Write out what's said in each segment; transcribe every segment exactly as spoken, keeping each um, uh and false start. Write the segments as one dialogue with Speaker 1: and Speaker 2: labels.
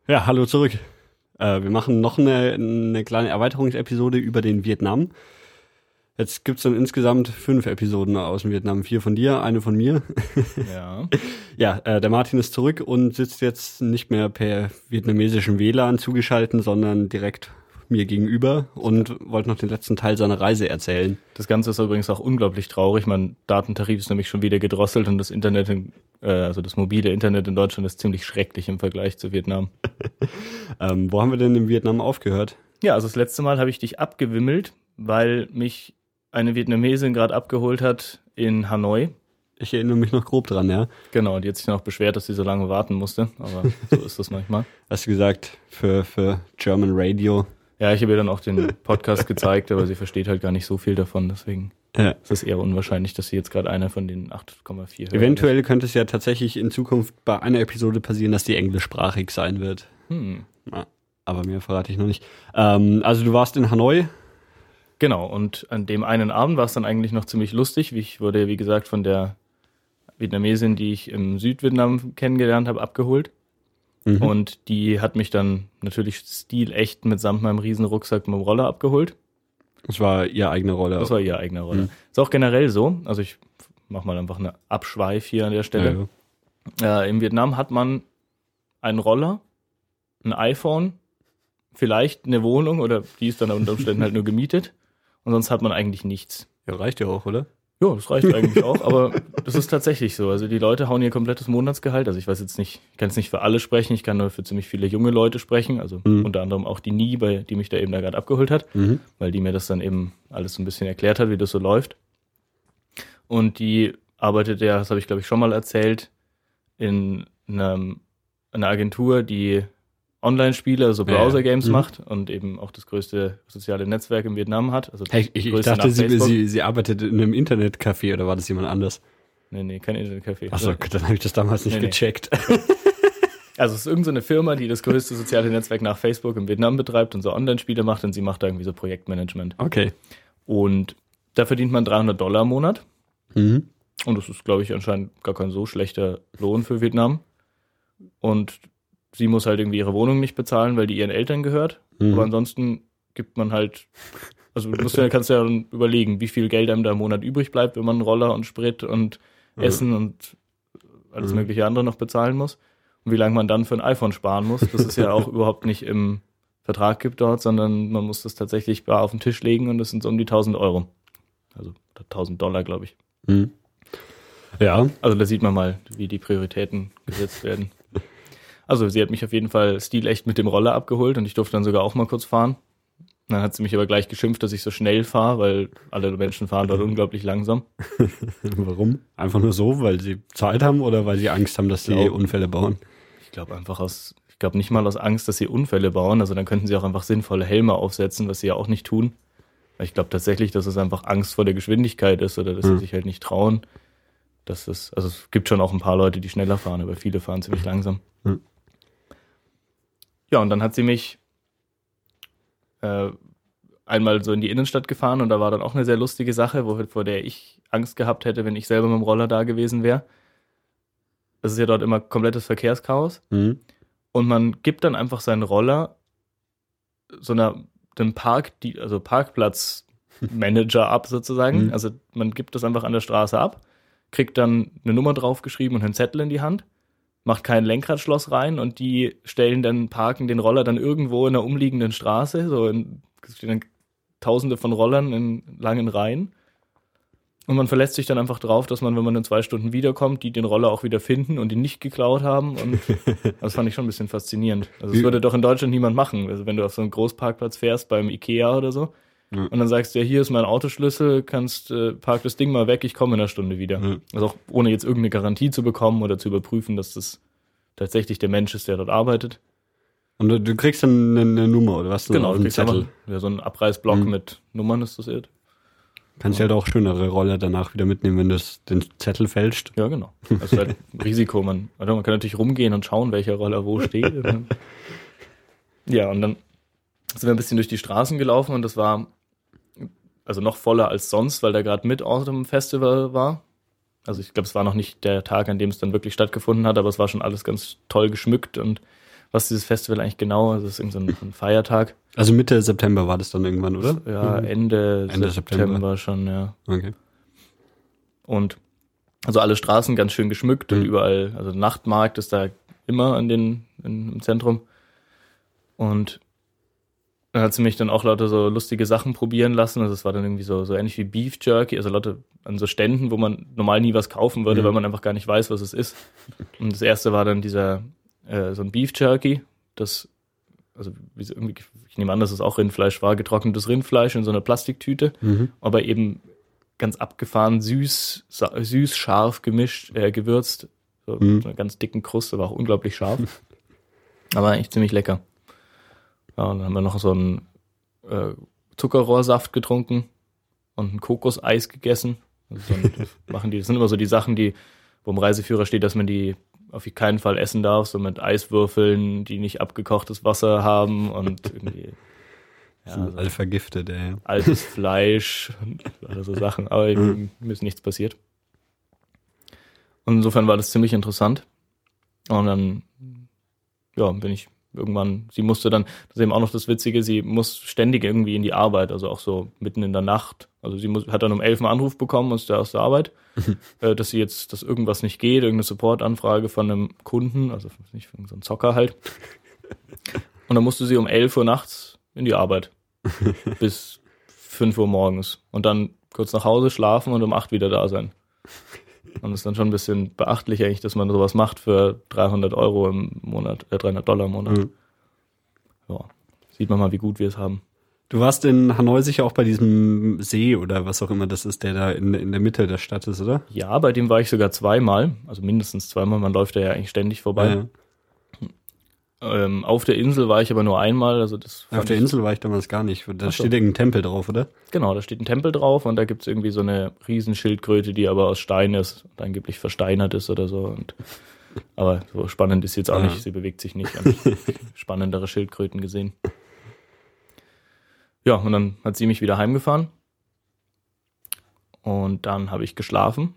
Speaker 1: Ja, hallo zurück. Äh, wir machen noch eine, eine kleine Erweiterungsepisode über den Vietnam. Jetzt gibt's dann insgesamt fünf Episoden aus dem Vietnam. Vier von dir, eine von mir.
Speaker 2: Ja.
Speaker 1: Ja, äh, der Martin ist zurück und sitzt jetzt nicht mehr per vietnamesischem W L A N zugeschaltet, sondern direkt mir gegenüber und wollte noch den letzten Teil seiner Reise erzählen.
Speaker 2: Das Ganze ist übrigens auch unglaublich traurig. Mein Datentarif ist nämlich schon wieder gedrosselt und das Internet, in, äh, also das mobile Internet in Deutschland ist ziemlich schrecklich im Vergleich zu Vietnam.
Speaker 1: ähm, wo haben wir denn im Vietnam aufgehört?
Speaker 2: Ja, also das letzte Mal habe ich dich abgewimmelt, weil mich eine Vietnamesin gerade abgeholt hat in Hanoi.
Speaker 1: Ich erinnere mich noch grob dran, ja.
Speaker 2: Genau, die hat sich dann auch beschwert, dass sie so lange warten musste, aber so ist das manchmal.
Speaker 1: Hast du gesagt, für, für German Radio?
Speaker 2: Ja, ich habe ihr dann auch den Podcast gezeigt, aber sie versteht halt gar nicht so viel davon, deswegen
Speaker 1: ja.
Speaker 2: ist es eher unwahrscheinlich, dass sie jetzt gerade einer von den acht Komma vier hört.
Speaker 1: Eventuell könnte es ja tatsächlich in Zukunft bei einer Episode passieren, dass die englischsprachig sein wird.
Speaker 2: Hm.
Speaker 1: Ja, aber mehr verrate ich noch nicht. Ähm, also du warst in Hanoi?
Speaker 2: Genau, und an dem einen Abend war es dann eigentlich noch ziemlich lustig. Ich wurde, wie gesagt, von der Vietnamesin, die ich im Südvietnam kennengelernt habe, abgeholt. Mhm. Und die hat mich dann natürlich stilecht mitsamt meinem riesen Rucksack mit dem Roller abgeholt.
Speaker 1: Das war ihr eigener Roller.
Speaker 2: Das war ihr eigener Roller. Mhm. Ist auch generell so. Also ich mach mal einfach eine Abschweif hier an der Stelle. Ja, ja. Äh, Im Vietnam hat man einen Roller, ein iPhone, vielleicht eine Wohnung oder die ist dann unter Umständen halt nur gemietet. Und sonst hat man eigentlich nichts.
Speaker 1: Ja, reicht ja auch, oder?
Speaker 2: Ja, das reicht eigentlich auch, aber das ist tatsächlich so. Also die Leute hauen ihr komplettes Monatsgehalt. Also ich weiß jetzt nicht, ich kann jetzt nicht für alle sprechen, ich kann nur für ziemlich viele junge Leute sprechen, also mhm. unter anderem auch die Nie, bei, die mich da eben da gerade abgeholt hat, mhm. weil die mir das dann eben alles so ein bisschen erklärt hat, wie das so läuft. Und die arbeitet ja, das habe ich glaube ich schon mal erzählt, in einer, einer Agentur, die Online-Spiele, also Browser-Games ja, ja. macht und eben auch das größte soziale Netzwerk in Vietnam hat. Also
Speaker 1: hey, ich, ich dachte, sie, sie, sie arbeitet in einem Internetcafé oder war das jemand anders?
Speaker 2: Nee, nee, kein Internetcafé.
Speaker 1: Achso, dann habe ich das damals nicht nee, gecheckt.
Speaker 2: Nee. Also es ist irgendeine so Firma, die das größte soziale Netzwerk nach Facebook in Vietnam betreibt und so Online-Spiele macht und sie macht da irgendwie so Projektmanagement.
Speaker 1: Okay.
Speaker 2: Und da verdient man dreihundert Dollar im Monat.
Speaker 1: Mhm.
Speaker 2: Und das ist, glaube ich, anscheinend gar kein so schlechter Lohn für Vietnam. Und sie muss halt irgendwie ihre Wohnung nicht bezahlen, weil die ihren Eltern gehört. Mhm. Aber ansonsten gibt man halt, also du musst ja, kannst ja dann überlegen, wie viel Geld einem da im Monat übrig bleibt, wenn man einen Roller und Sprit und mhm. Essen und alles mhm. mögliche andere noch bezahlen muss. Und wie lange man dann für ein iPhone sparen muss, das ist ja auch überhaupt nicht im Vertrag gibt dort, sondern man muss das tatsächlich bar auf den Tisch legen und das sind so um die tausend Euro. Also tausend Dollar, glaube ich.
Speaker 1: Mhm. Ja.
Speaker 2: Also da sieht man mal, wie die Prioritäten gesetzt werden. Also sie hat mich auf jeden Fall stilecht mit dem Roller abgeholt und ich durfte dann sogar auch mal kurz fahren. Dann hat sie mich aber gleich geschimpft, dass ich so schnell fahre, weil alle Menschen fahren dort unglaublich langsam.
Speaker 1: Warum? Einfach nur so, weil sie Zeit haben oder weil sie Angst haben, dass sie glaub, Unfälle bauen?
Speaker 2: Ich glaube einfach aus, ich glaube nicht mal aus Angst, dass sie Unfälle bauen. Also dann könnten sie auch einfach sinnvolle Helme aufsetzen, was sie ja auch nicht tun. Ich glaube tatsächlich, dass es einfach Angst vor der Geschwindigkeit ist oder dass hm. sie sich halt nicht trauen. Dass es, also es gibt schon auch ein paar Leute, die schneller fahren, aber viele fahren ziemlich langsam. Hm. Ja, und dann hat sie mich äh, einmal so in die Innenstadt gefahren und da war dann auch eine sehr lustige Sache, wo, vor der ich Angst gehabt hätte, wenn ich selber mit dem Roller da gewesen wäre. Es ist ja dort immer komplettes Verkehrschaos. Mhm. Und man gibt dann einfach seinen Roller so einer, dem Park, die, also Parkplatzmanager ab sozusagen. Mhm. Also man gibt das einfach an der Straße ab, kriegt dann eine Nummer draufgeschrieben und einen Zettel in die Hand, macht kein Lenkradschloss rein und die stellen dann, parken den Roller dann irgendwo in einer umliegenden Straße, so in, es stehen dann tausende von Rollern in langen Reihen. Und man verlässt sich dann einfach drauf, dass man, wenn man in zwei Stunden wiederkommt, die den Roller auch wieder finden und ihn nicht geklaut haben. Und das fand ich schon ein bisschen faszinierend. Also das würde doch in Deutschland niemand machen. Also wenn du auf so einen Großparkplatz fährst beim Ikea oder so, ja. und dann sagst du, ja, hier ist mein Autoschlüssel, kannst äh, park das Ding mal weg, ich komme in einer Stunde wieder. Ja. Also auch ohne jetzt irgendeine Garantie zu bekommen oder zu überprüfen, dass das tatsächlich der Mensch ist, der dort arbeitet.
Speaker 1: Und du, du kriegst dann eine, eine Nummer oder was?
Speaker 2: Genau, du kriegst Zettel. Einfach, ja, so ein Abreißblock mhm. mit Nummern ist das jetzt.
Speaker 1: Kannst ja halt auch schönere Roller danach wieder mitnehmen, wenn du den Zettel fälscht.
Speaker 2: Ja, genau. Das ist halt ein Risiko. Man, also man kann natürlich rumgehen und schauen, welcher Roller wo steht. Ja, und dann sind wir ein bisschen durch die Straßen gelaufen und das war also noch voller als sonst, weil da gerade Mid-Autumn Festival war. Also ich glaube, es war noch nicht der Tag, an dem es dann wirklich stattgefunden hat, aber es war schon alles ganz toll geschmückt und was dieses Festival eigentlich genau ist. Das ist irgendein so ein Feiertag.
Speaker 1: Also Mitte September war das dann irgendwann, oder?
Speaker 2: Ja, Ende, Ende September, September schon, ja.
Speaker 1: Okay.
Speaker 2: Und also alle Straßen ganz schön geschmückt mhm. und überall, also Nachtmarkt ist da immer an den, in, im Zentrum. Und dann hat sie mich dann auch lauter so lustige Sachen probieren lassen. Also es war dann irgendwie so, so ähnlich wie Beef Jerky, also lauter an so Ständen, wo man normal nie was kaufen würde, mhm. weil man einfach gar nicht weiß, was es ist. Und das erste war dann dieser, äh, so ein Beef Jerky, das, also wie so irgendwie, ich nehme an, dass es auch Rindfleisch war, getrocknetes Rindfleisch in so einer Plastiktüte, mhm. aber eben ganz abgefahren, süß, süß, scharf gemischt, äh, gewürzt, so mhm. mit so einer ganz dicken Kruste, war auch unglaublich scharf. Aber eigentlich ziemlich lecker. Ja, und dann haben wir noch so einen äh, Zuckerrohrsaft getrunken und ein Kokoseis gegessen. Also so ein, machen die, das sind immer so die Sachen, die, wo im Reiseführer steht, dass man die auf keinen Fall essen darf, so mit Eiswürfeln, die nicht abgekochtes Wasser haben und irgendwie ja,
Speaker 1: sind
Speaker 2: so
Speaker 1: alle vergiftet, ey.
Speaker 2: Altes Fleisch und alle so Sachen, aber mhm. mir ist nichts passiert. Und insofern war das ziemlich interessant. Und dann, ja, bin ich irgendwann, sie musste dann, das ist eben auch noch das Witzige, sie muss ständig irgendwie in die Arbeit, also auch so mitten in der Nacht. Also sie muss, hat dann um elf einen Anruf bekommen aus der, aus der Arbeit, äh, dass sie jetzt, dass irgendwas nicht geht, irgendeine Supportanfrage von einem Kunden, also nicht so ein Zocker halt. Und dann musste sie um elf Uhr nachts in die Arbeit bis fünf Uhr morgens und dann kurz nach Hause schlafen und um acht wieder da sein. Und das ist dann schon ein bisschen beachtlich eigentlich, dass man sowas macht für dreihundert Euro im Monat, äh, dreihundert Dollar im Monat. Mhm. Ja, sieht man mal, wie gut wir es haben.
Speaker 1: Du warst in Hanoi sicher auch bei diesem See oder was auch immer das ist, der da in, in der Mitte der Stadt ist, oder?
Speaker 2: Ja, bei dem war ich sogar zweimal, also mindestens zweimal, man läuft da ja eigentlich ständig vorbei. Ja, ja. Ähm, auf der Insel war ich aber nur einmal. Also das
Speaker 1: auf der Insel war ich damals gar nicht. Da
Speaker 2: so.
Speaker 1: steht irgendein Tempel drauf, oder?
Speaker 2: Genau, da steht ein Tempel drauf und da gibt's irgendwie so eine Riesenschildkröte, die aber aus Stein ist und angeblich versteinert ist oder so. Und, aber so spannend ist jetzt auch ja. nicht, sie bewegt sich nicht. Habe ich spannendere Schildkröten gesehen. Ja, und dann hat sie mich wieder heimgefahren und dann habe ich geschlafen.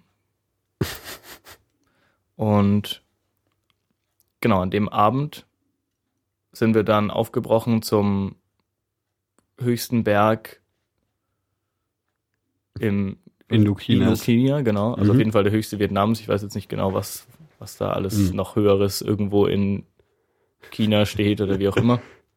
Speaker 2: Und genau, an dem Abend sind wir dann aufgebrochen zum höchsten Berg im
Speaker 1: Indochina.
Speaker 2: Indochina, genau. Also mhm. auf jeden Fall der höchste Vietnams. Ich weiß jetzt nicht genau, was, was da alles mhm. noch Höheres irgendwo in China steht oder wie auch immer.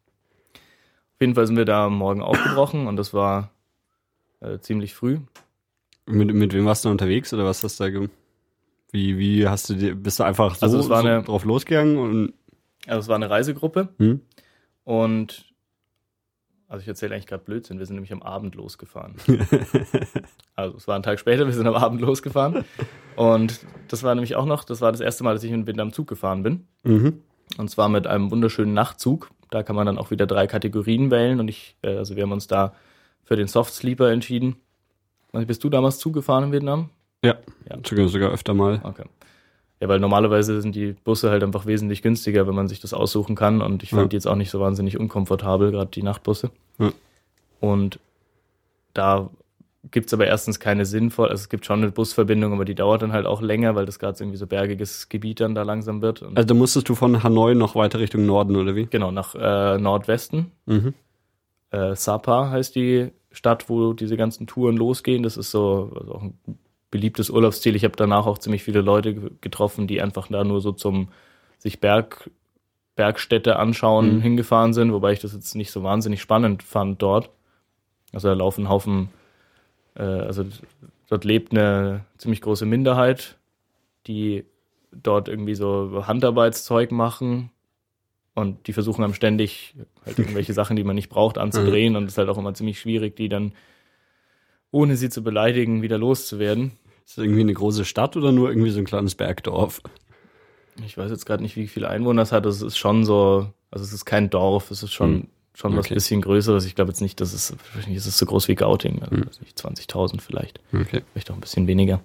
Speaker 2: Auf jeden Fall sind wir da am Morgen aufgebrochen und das war äh, ziemlich früh.
Speaker 1: Mit, mit wem warst du unterwegs oder was hast du da ge- Wie, wie hast du dir, bist du einfach so,
Speaker 2: also es war
Speaker 1: so
Speaker 2: eine,
Speaker 1: drauf losgegangen? Und
Speaker 2: also es war eine Reisegruppe hm? und also ich erzähle eigentlich gerade Blödsinn, wir sind nämlich am Abend losgefahren. Also es war ein Tag später, wir sind am Abend losgefahren und das war nämlich auch noch, das war das erste Mal, dass ich in Vietnam Zug gefahren bin. Mhm. Und zwar mit einem wunderschönen Nachtzug. Da kann man dann auch wieder drei Kategorien wählen und ich, also wir haben uns da für den Soft Sleeper entschieden. Bist du damals Zug gefahren in Vietnam?
Speaker 1: Ja, ja. Sogar, sogar öfter mal. Okay.
Speaker 2: Ja, weil normalerweise sind die Busse halt einfach wesentlich günstiger, wenn man sich das aussuchen kann. Und ich fand ja. die jetzt auch nicht so wahnsinnig unkomfortabel, gerade die Nachtbusse. Ja. Und da gibt's aber erstens keine sinnvoll, also es gibt schon eine Busverbindung, aber die dauert dann halt auch länger, weil das gerade irgendwie so bergiges Gebiet dann da langsam wird. Und
Speaker 1: also da musstest du von Hanoi noch weiter Richtung Norden, oder wie?
Speaker 2: Genau, nach äh, Nordwesten. Mhm. Äh, Sapa heißt die Stadt, wo diese ganzen Touren losgehen. Das ist so also auch ein beliebtes Urlaubsziel. Ich habe danach auch ziemlich viele Leute getroffen, die einfach da nur so zum sich Berg, Bergstädte anschauen mhm. hingefahren sind, wobei ich das jetzt nicht so wahnsinnig spannend fand dort. Also da laufen ein Haufen, äh, also dort lebt eine ziemlich große Minderheit, die dort irgendwie so Handarbeitszeug machen und die versuchen dann ständig halt irgendwelche Sachen, die man nicht braucht, anzudrehen mhm. und es ist halt auch immer ziemlich schwierig, die dann ohne sie zu beleidigen, wieder loszuwerden.
Speaker 1: Ist das irgendwie eine große Stadt oder nur irgendwie so ein kleines Bergdorf?
Speaker 2: Ich weiß jetzt gerade nicht, wie viele Einwohner es hat. Es ist schon so, also es ist kein Dorf, es ist schon, hm. schon okay. was ein bisschen Größeres. Ich glaube jetzt nicht, dass es, wahrscheinlich ist es so groß wie Gauting, also hm. zwanzigtausend vielleicht. Okay. Vielleicht auch ein bisschen weniger.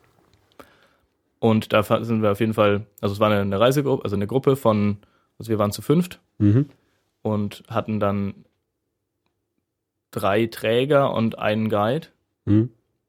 Speaker 2: Und da sind wir auf jeden Fall, also es war eine, eine Reisegruppe, also eine Gruppe von, also wir waren zu fünft mhm. und hatten dann drei Träger und einen Guide. Mhm.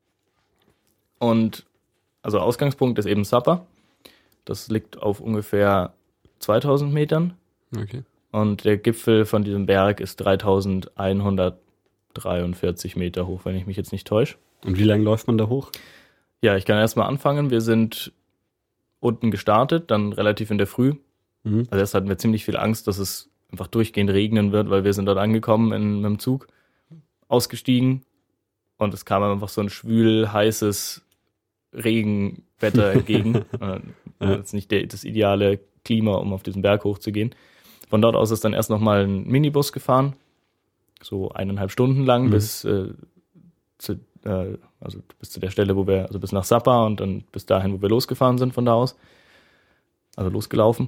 Speaker 2: Und also Ausgangspunkt ist eben Sapa. Das liegt auf ungefähr zweitausend Metern.
Speaker 1: Okay.
Speaker 2: Und der Gipfel von diesem Berg ist dreitausendeinhundertdreiundvierzig Meter hoch, wenn ich mich jetzt nicht täusche.
Speaker 1: Und wie lange läuft man da hoch?
Speaker 2: Ja, ich kann erstmal anfangen. Wir sind unten gestartet, dann relativ in der Früh. Mhm. Also erst hatten wir ziemlich viel Angst, dass es einfach durchgehend regnen wird, weil wir sind dort angekommen in, mit dem Zug, ausgestiegen und es kam einfach so ein schwül, heißes Regenwetter entgegen. Ja. Das ist nicht der, das ideale Klima, um auf diesen Berg hochzugehen. Von dort aus ist dann erst nochmal ein Minibus gefahren, so eineinhalb Stunden lang, mhm. bis äh, zu, äh, also bis zu der Stelle, wo wir, also bis nach Sapa und dann bis dahin, wo wir losgefahren sind von da aus. Also losgelaufen.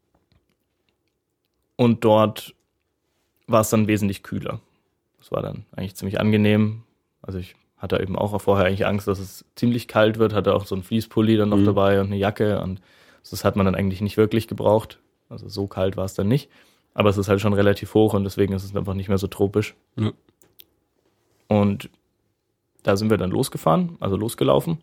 Speaker 2: Und dort war es dann wesentlich kühler. Das war dann eigentlich ziemlich angenehm. Also ich hatte eben auch vorher eigentlich Angst, dass es ziemlich kalt wird, hatte auch so einen Fließpulli dann noch mhm. dabei und eine Jacke und das hat man dann eigentlich nicht wirklich gebraucht. Also so kalt war es dann nicht. Aber es ist halt schon relativ hoch und deswegen ist es einfach nicht mehr so tropisch. Ja. Und da sind wir dann losgefahren, also losgelaufen.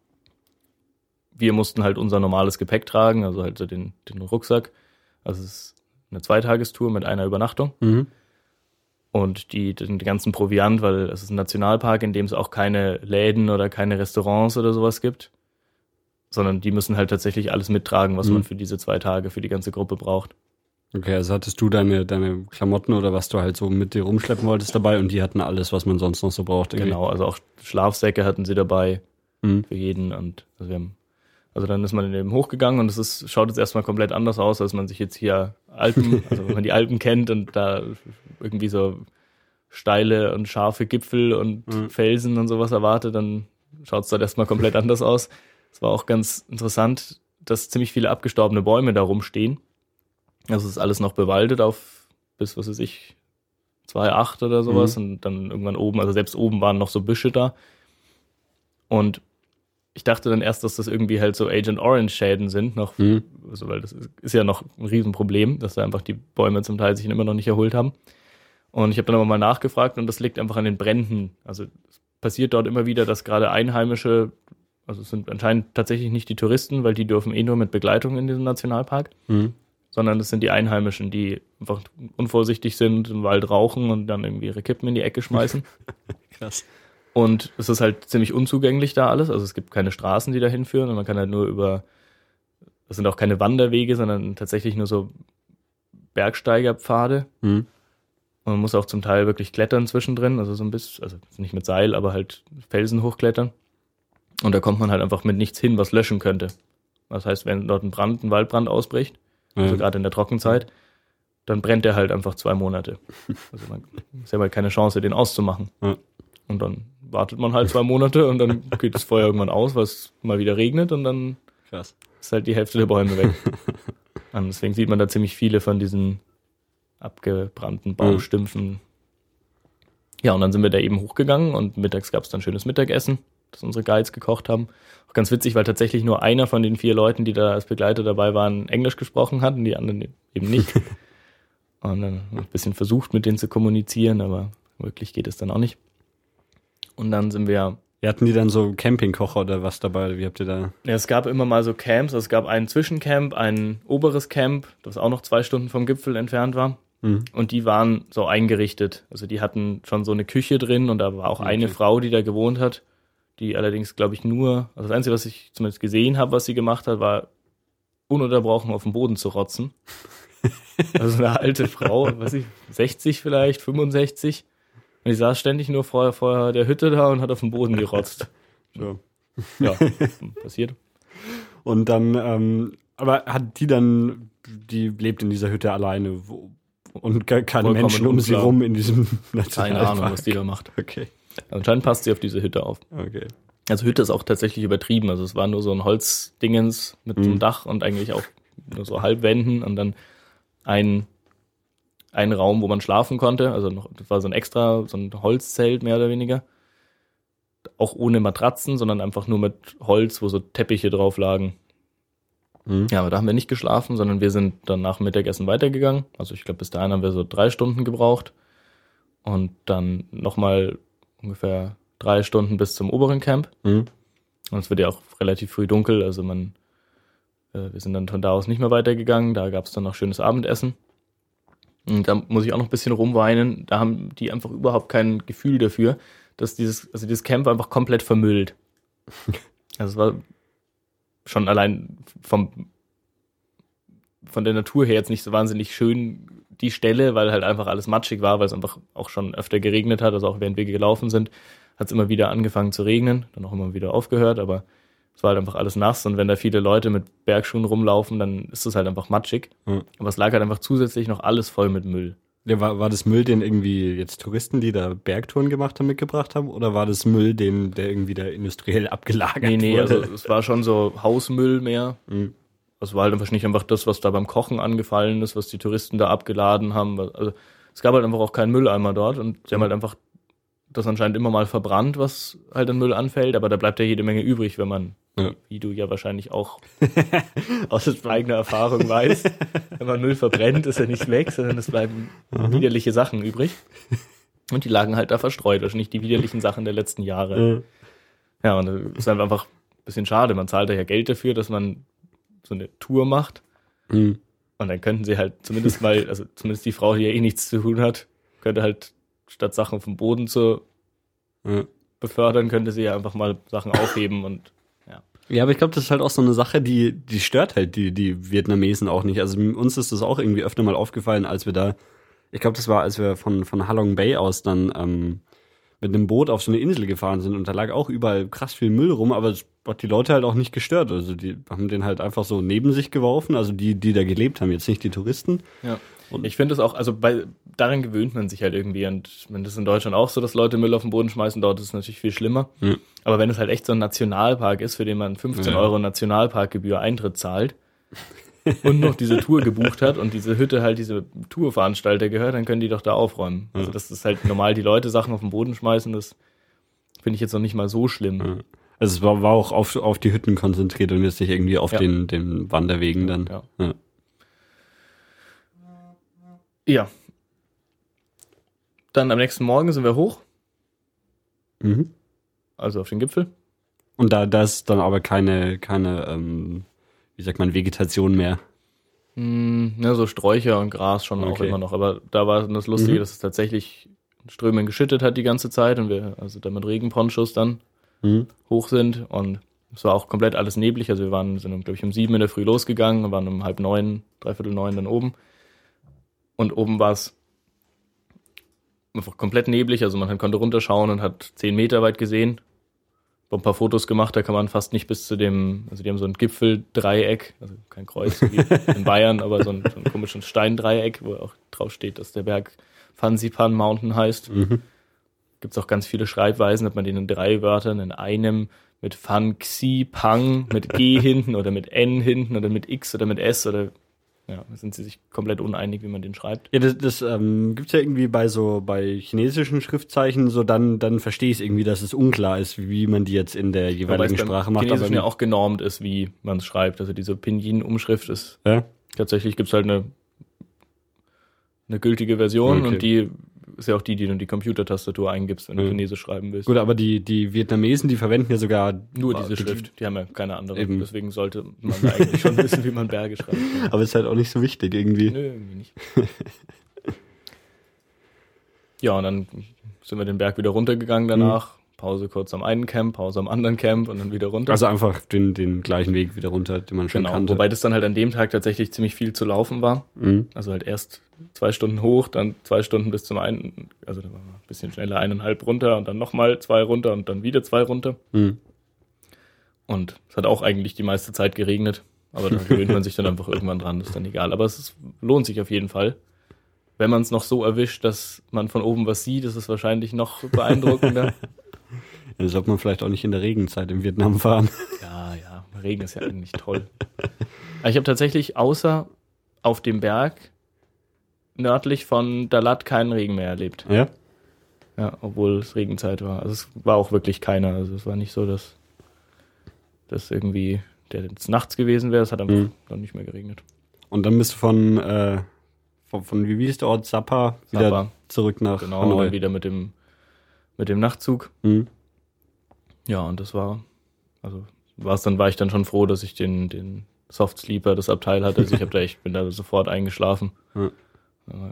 Speaker 2: Wir mussten halt unser normales Gepäck tragen, also halt so den, den Rucksack. Also es ist eine Zweitagestour mit einer Übernachtung. Mhm. Und die, den ganzen Proviant, weil es ist ein Nationalpark, in dem es auch keine Läden oder keine Restaurants oder sowas gibt. Sondern die müssen halt tatsächlich alles mittragen, was mhm. man für diese zwei Tage, für die ganze Gruppe braucht.
Speaker 1: Okay, also hattest du deine, deine Klamotten oder was du halt so mit dir rumschleppen wolltest dabei und die hatten alles, was man sonst noch so braucht. Irgendwie.
Speaker 2: Genau, also auch Schlafsäcke hatten sie dabei mhm. für jeden und also wir haben, also dann ist man eben hochgegangen und es ist, schaut jetzt erstmal komplett anders aus, als man sich jetzt hier Alpen, also wenn man die Alpen kennt und da irgendwie so steile und scharfe Gipfel und mhm. Felsen und sowas erwartet, dann schaut es dort erstmal komplett anders aus. Es war auch ganz interessant, dass ziemlich viele abgestorbene Bäume da rumstehen. Also es ist alles noch bewaldet auf bis, was weiß ich, zwei Komma acht oder sowas mhm. und dann irgendwann oben, also selbst oben waren noch so Büsche da. Und ich dachte dann erst, dass das irgendwie halt so Agent Orange Schäden sind, noch, mhm. also weil das ist ja noch ein Riesenproblem, dass da einfach die Bäume zum Teil sich immer noch nicht erholt haben. Und ich habe dann aber mal nachgefragt und das liegt einfach an den Bränden. Also es passiert dort immer wieder, dass gerade Einheimische, also es sind anscheinend tatsächlich nicht die Touristen, weil die dürfen eh nur mit Begleitung in diesem Nationalpark, mhm. sondern es sind die Einheimischen, die einfach unvorsichtig sind, im Wald rauchen und dann irgendwie ihre Kippen in die Ecke schmeißen.
Speaker 1: Krass.
Speaker 2: Und es ist halt ziemlich unzugänglich da alles. Also es gibt keine Straßen, die da hinführen und man kann halt nur über, es sind auch keine Wanderwege, sondern tatsächlich nur so Bergsteigerpfade. Mhm. Und man muss auch zum Teil wirklich klettern zwischendrin, also so ein bisschen, also nicht mit Seil, aber halt Felsen hochklettern. Und da kommt man halt einfach mit nichts hin, was löschen könnte. Das heißt, wenn dort ein Brand, ein Waldbrand ausbricht, also gerade in der Trockenzeit, dann brennt der halt einfach zwei Monate. Also man ist ja halt keine Chance, den auszumachen. Ja. Und dann wartet man halt zwei Monate und dann geht das Feuer irgendwann aus, weil es mal wieder regnet und dann Krass. Ist halt die Hälfte der Bäume weg. Und deswegen sieht man da ziemlich viele von diesen abgebrannten Baumstümpfen. Mhm. Ja, und dann sind wir da eben hochgegangen und mittags gab es dann schönes Mittagessen, das unsere Guides gekocht haben. Auch ganz witzig, weil tatsächlich nur einer von den vier Leuten, die da als Begleiter dabei waren, Englisch gesprochen hat und die anderen eben nicht. Und dann ein bisschen versucht, mit denen zu kommunizieren, aber wirklich geht es dann auch nicht. Und dann sind wir...
Speaker 1: Ja, hatten die dann so Campingkocher oder was dabei? Wie habt ihr da...
Speaker 2: Ja, es gab immer mal so Camps. Also es gab ein Zwischencamp, ein oberes Camp, das auch noch zwei Stunden vom Gipfel entfernt war. Mhm. Und die waren so eingerichtet. Also die hatten schon so eine Küche drin und da war auch okay. eine Frau, die da gewohnt hat, die allerdings, glaube ich, nur... Also das Einzige, was ich zumindest gesehen habe, was sie gemacht hat, war ununterbrochen auf den Boden zu rotzen. Also eine alte Frau, weiß ich, sechzig vielleicht, fünfundsechzig. Und die saß ständig nur vor, vor der Hütte da und hat auf den Boden gerotzt.
Speaker 1: So.
Speaker 2: Ja, passiert.
Speaker 1: Und dann, ähm, aber hat die dann, die lebt in dieser Hütte alleine wo, und keine Vollkommen Menschen um sie rum in diesem
Speaker 2: Nationalpark? Keine Ahnung, was die da macht.
Speaker 1: Okay.
Speaker 2: Anscheinend passt sie auf diese Hütte auf.
Speaker 1: Okay.
Speaker 2: Also Hütte ist auch tatsächlich übertrieben. Also es war nur so ein Holzdingens mit mhm. so einem Dach und eigentlich auch nur so Halbwänden und dann ein ein Raum, wo man schlafen konnte, also noch, das war so ein extra, so ein Holzzelt mehr oder weniger, auch ohne Matratzen, sondern einfach nur mit Holz, wo so Teppiche drauf lagen. Mhm. Ja, aber da haben wir nicht geschlafen, sondern wir sind dann nach dem Mittagessen weitergegangen, also ich glaube bis dahin haben wir so drei Stunden gebraucht und dann nochmal ungefähr drei Stunden bis zum oberen Camp. Mhm. Und es wird ja auch relativ früh dunkel, also man, äh, wir sind dann von da aus nicht mehr weitergegangen, da gab es dann noch schönes Abendessen. Und da muss ich auch noch ein bisschen rumweinen. Da haben die einfach überhaupt kein Gefühl dafür, dass dieses, also dieses Camp einfach komplett vermüllt. Also es war schon allein vom, von der Natur her jetzt nicht so wahnsinnig schön, die Stelle, weil halt einfach alles matschig war, weil es einfach auch schon öfter geregnet hat. Also auch während wir gelaufen sind, hat es immer wieder angefangen zu regnen, dann auch immer wieder aufgehört, aber es war halt einfach alles nass und wenn da viele Leute mit Bergschuhen rumlaufen, dann ist es halt einfach matschig. Mhm. Aber es lag halt einfach zusätzlich noch alles voll mit Müll.
Speaker 1: Ja, war, war das Müll, den irgendwie jetzt Touristen, die da Bergtouren gemacht haben, mitgebracht haben? Oder war das Müll, den, der irgendwie da industriell abgelagert wurde?
Speaker 2: Nee, nee, wurde? Also es war schon so Hausmüll mehr. Mhm. Es war halt einfach nicht einfach das, was da beim Kochen angefallen ist, was die Touristen da abgeladen haben. Also es gab halt einfach auch keinen Mülleimer dort und sie haben halt einfach das anscheinend immer mal verbrannt, was halt an Müll anfällt, aber da bleibt ja jede Menge übrig, wenn man, ja. wie du ja wahrscheinlich auch aus eigener Erfahrung weißt, wenn man Müll verbrennt, ist er nicht weg, sondern es bleiben mhm. widerliche Sachen übrig. Und die lagen halt da verstreut, wahrscheinlich die widerlichen Sachen der letzten Jahre. Mhm. Ja, und das ist halt einfach ein bisschen schade. Man zahlt da ja Geld dafür, dass man so eine Tour macht. Mhm. Und dann könnten sie halt zumindest mal, also zumindest die Frau, die ja eh nichts zu tun hat, könnte halt statt Sachen vom Boden zu ja. befördern, könnte sie ja einfach mal Sachen aufheben und ja.
Speaker 1: Ja, aber ich glaube, das ist halt auch so eine Sache, die die stört halt die die Vietnamesen auch nicht. Also uns ist das auch irgendwie öfter mal aufgefallen, als wir da, ich glaube, das war, als wir von von Halong Bay aus dann ähm, mit einem Boot auf so eine Insel gefahren sind und da lag auch überall krass viel Müll rum, aber es hat die Leute halt auch nicht gestört. Also die haben den halt einfach so neben sich geworfen, also die, die da gelebt haben, jetzt nicht die Touristen.
Speaker 2: Ja. Und ich finde es auch, also bei, daran gewöhnt man sich halt irgendwie und wenn das in Deutschland auch so, dass Leute Müll auf den Boden schmeißen, dort ist es natürlich viel schlimmer. Ja. Aber wenn es halt echt so ein Nationalpark ist, für den man fünfzehn ja. Euro Nationalparkgebühr Eintritt zahlt und noch diese Tour gebucht hat und diese Hütte halt diese Tourveranstalter gehört, dann können die doch da aufräumen. Ja. Also das ist halt normal, die Leute Sachen auf den Boden schmeißen, das finde ich jetzt noch nicht mal so schlimm.
Speaker 1: Ja. Also es war, war auch auf, auf die Hütten konzentriert und jetzt nicht irgendwie auf ja. den, den Wanderwegen dann.
Speaker 2: Ja. Ja. Ja. Dann am nächsten Morgen sind wir hoch.
Speaker 1: Mhm.
Speaker 2: Also auf den Gipfel.
Speaker 1: Und da, da ist dann aber keine, keine, ähm, wie sagt man, Vegetation mehr.
Speaker 2: Mm, ja, so Sträucher und Gras schon okay. auch immer noch. Aber da war das Lustige, mhm. dass es tatsächlich Strömen geschüttet hat die ganze Zeit und wir also da mit Regenponchos dann mhm. hoch sind und es war auch komplett alles neblig. Also wir waren, sind, glaube ich, um sieben in der Früh losgegangen und waren um halb neun, dreiviertel neun dann oben. Und oben war es einfach komplett neblig, also man konnte runterschauen und hat zehn Meter weit gesehen. Ein paar Fotos gemacht, da kann man fast nicht bis zu dem, also die haben so ein Gipfeldreieck, also kein Kreuz wie in Bayern, aber so ein, so ein komisches Steindreieck, wo auch drauf steht, dass der Berg Fansipan Mountain heißt. Mhm. Gibt es auch ganz viele Schreibweisen, hat man den in drei Wörtern, in einem mit Fan Xi Pang, mit G hinten oder mit N hinten oder mit X oder mit S oder ja, da sind sie sich komplett uneinig, wie man den schreibt.
Speaker 1: Ja, das, das ähm, gibt's ja irgendwie bei so bei chinesischen Schriftzeichen, so dann dann verstehe ich es irgendwie, dass es unklar ist, wie man die jetzt in der jeweiligen Sprache macht.
Speaker 2: Chinesischen ja auch genormt ist, wie man es schreibt. Also diese Pinyin-Umschrift ist
Speaker 1: ja?
Speaker 2: tatsächlich gibt's halt eine eine gültige Version okay. und die ist ja auch die, die du in die Computertastatur eingibst, wenn du mhm. Chinesisch schreiben willst.
Speaker 1: Gut, aber die, die Vietnamesen, die verwenden ja sogar
Speaker 2: nur diese die, Schrift. Die haben ja keine andere. Eben. Deswegen sollte man da eigentlich schon wissen, wie man Berge schreibt. Ja.
Speaker 1: Aber ist halt auch nicht so wichtig irgendwie.
Speaker 2: Nö, irgendwie nicht. Ja, und dann sind wir den Berg wieder runtergegangen danach. Mhm. Pause kurz am einen Camp, Pause am anderen Camp und dann wieder runter.
Speaker 1: Also einfach den, den gleichen Weg wieder runter, den man schon
Speaker 2: genau,
Speaker 1: kannte.
Speaker 2: Wobei das dann halt an dem Tag tatsächlich ziemlich viel zu laufen war. Mhm. Also halt erst zwei Stunden hoch, dann zwei Stunden bis zum einen, also da war ein bisschen schneller eineinhalb runter und dann nochmal zwei runter und dann wieder zwei runter. Mhm. Und es hat auch eigentlich die meiste Zeit geregnet, aber da gewöhnt man sich dann einfach irgendwann dran, das ist dann egal. Aber es ist, lohnt sich auf jeden Fall. Wenn man es noch so erwischt, dass man von oben was sieht, ist es wahrscheinlich noch beeindruckender.
Speaker 1: Da sollte man vielleicht auch nicht in der Regenzeit in Vietnam fahren.
Speaker 2: Ja, ja, Regen ist ja eigentlich toll. Ich habe tatsächlich außer auf dem Berg nördlich von Dalat keinen Regen mehr erlebt.
Speaker 1: Ja?
Speaker 2: Ja, obwohl es Regenzeit war. Also es war auch wirklich keiner. Also es war nicht so, dass das irgendwie der jetzt nachts gewesen wäre. Es hat einfach mhm. dann nicht mehr geregnet.
Speaker 1: Und dann bist du von, äh, von, von wie hieß der Ort? Sapa wieder
Speaker 2: Sapa.
Speaker 1: zurück nach
Speaker 2: genau,
Speaker 1: Hanoi.
Speaker 2: Und dann wieder mit dem mit dem Nachtzug.
Speaker 1: Mhm.
Speaker 2: Ja, und das war, also war's dann, war ich dann schon froh, dass ich den, den Soft Sleeper, das Abteil hatte. Also ich hab da echt, bin da sofort eingeschlafen. Ja.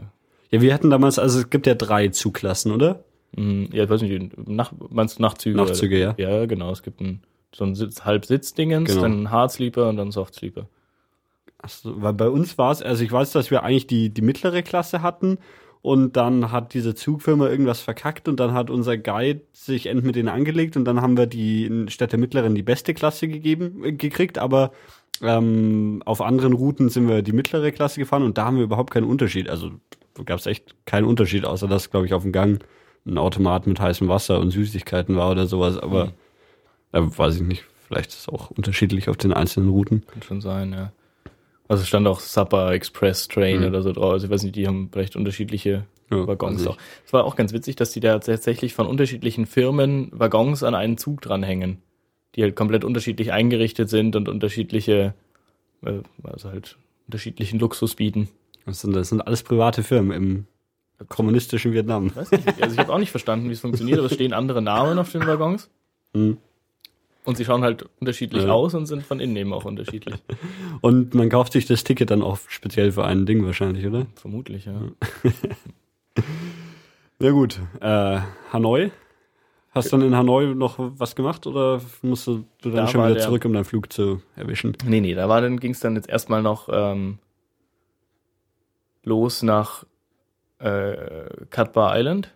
Speaker 1: Ja, wir hatten damals, also es gibt ja drei Zugklassen, oder?
Speaker 2: Ja, ich weiß nicht, Nach, meinst du Nachtzüge?
Speaker 1: Nachtzüge, ja.
Speaker 2: Ja, genau. Es gibt ein, so ein Sitz, Halbsitzdingens,
Speaker 1: Genau.
Speaker 2: dann ein Hardsleeper und dann ein Softsleeper.
Speaker 1: Achso, weil bei uns war es, also ich weiß, dass wir eigentlich die, die mittlere Klasse hatten und dann hat diese Zugfirma irgendwas verkackt und dann hat unser Guide sich end mit denen angelegt und dann haben wir die statt der mittleren die beste Klasse gegeben, äh, gekriegt, aber ähm, auf anderen Routen sind wir die mittlere Klasse gefahren und da haben wir überhaupt keinen Unterschied. Also gab es echt keinen Unterschied, außer dass, glaube ich, auf dem Gang ein Automat mit heißem Wasser und Süßigkeiten war oder sowas, aber
Speaker 2: Mhm.
Speaker 1: da weiß ich nicht, vielleicht ist es auch unterschiedlich auf den einzelnen Routen.
Speaker 2: Kann schon sein, ja. Also es stand auch Supper Express Train
Speaker 1: Mhm.
Speaker 2: oder so drauf. Also ich weiß nicht, die haben vielleicht unterschiedliche
Speaker 1: Ja,
Speaker 2: Waggons
Speaker 1: weiß
Speaker 2: auch. Es war auch ganz witzig, dass die da tatsächlich von unterschiedlichen Firmen Waggons an einen Zug dranhängen, die halt komplett unterschiedlich eingerichtet sind und unterschiedliche, äh, also halt unterschiedlichen Luxus bieten.
Speaker 1: Das sind, das sind alles private Firmen im kommunistischen Vietnam.
Speaker 2: Weiß nicht, also ich habe auch nicht verstanden, wie es funktioniert, aber es stehen andere Namen auf den Waggons
Speaker 1: Mhm.
Speaker 2: und sie schauen halt unterschiedlich
Speaker 1: Ja.
Speaker 2: aus und sind von innen eben auch unterschiedlich.
Speaker 1: Und man kauft sich das Ticket dann auch speziell für ein Ding wahrscheinlich, oder?
Speaker 2: Vermutlich, ja.
Speaker 1: Ja gut, äh, Hanoi. Hast du dann in Hanoi noch was gemacht oder musst du dann
Speaker 2: Da
Speaker 1: schon
Speaker 2: war
Speaker 1: wieder
Speaker 2: der-
Speaker 1: zurück, um deinen Flug zu erwischen?
Speaker 2: Nee, nee, da war dann, ging es dann jetzt erstmal noch ähm, los nach äh, Katba Island,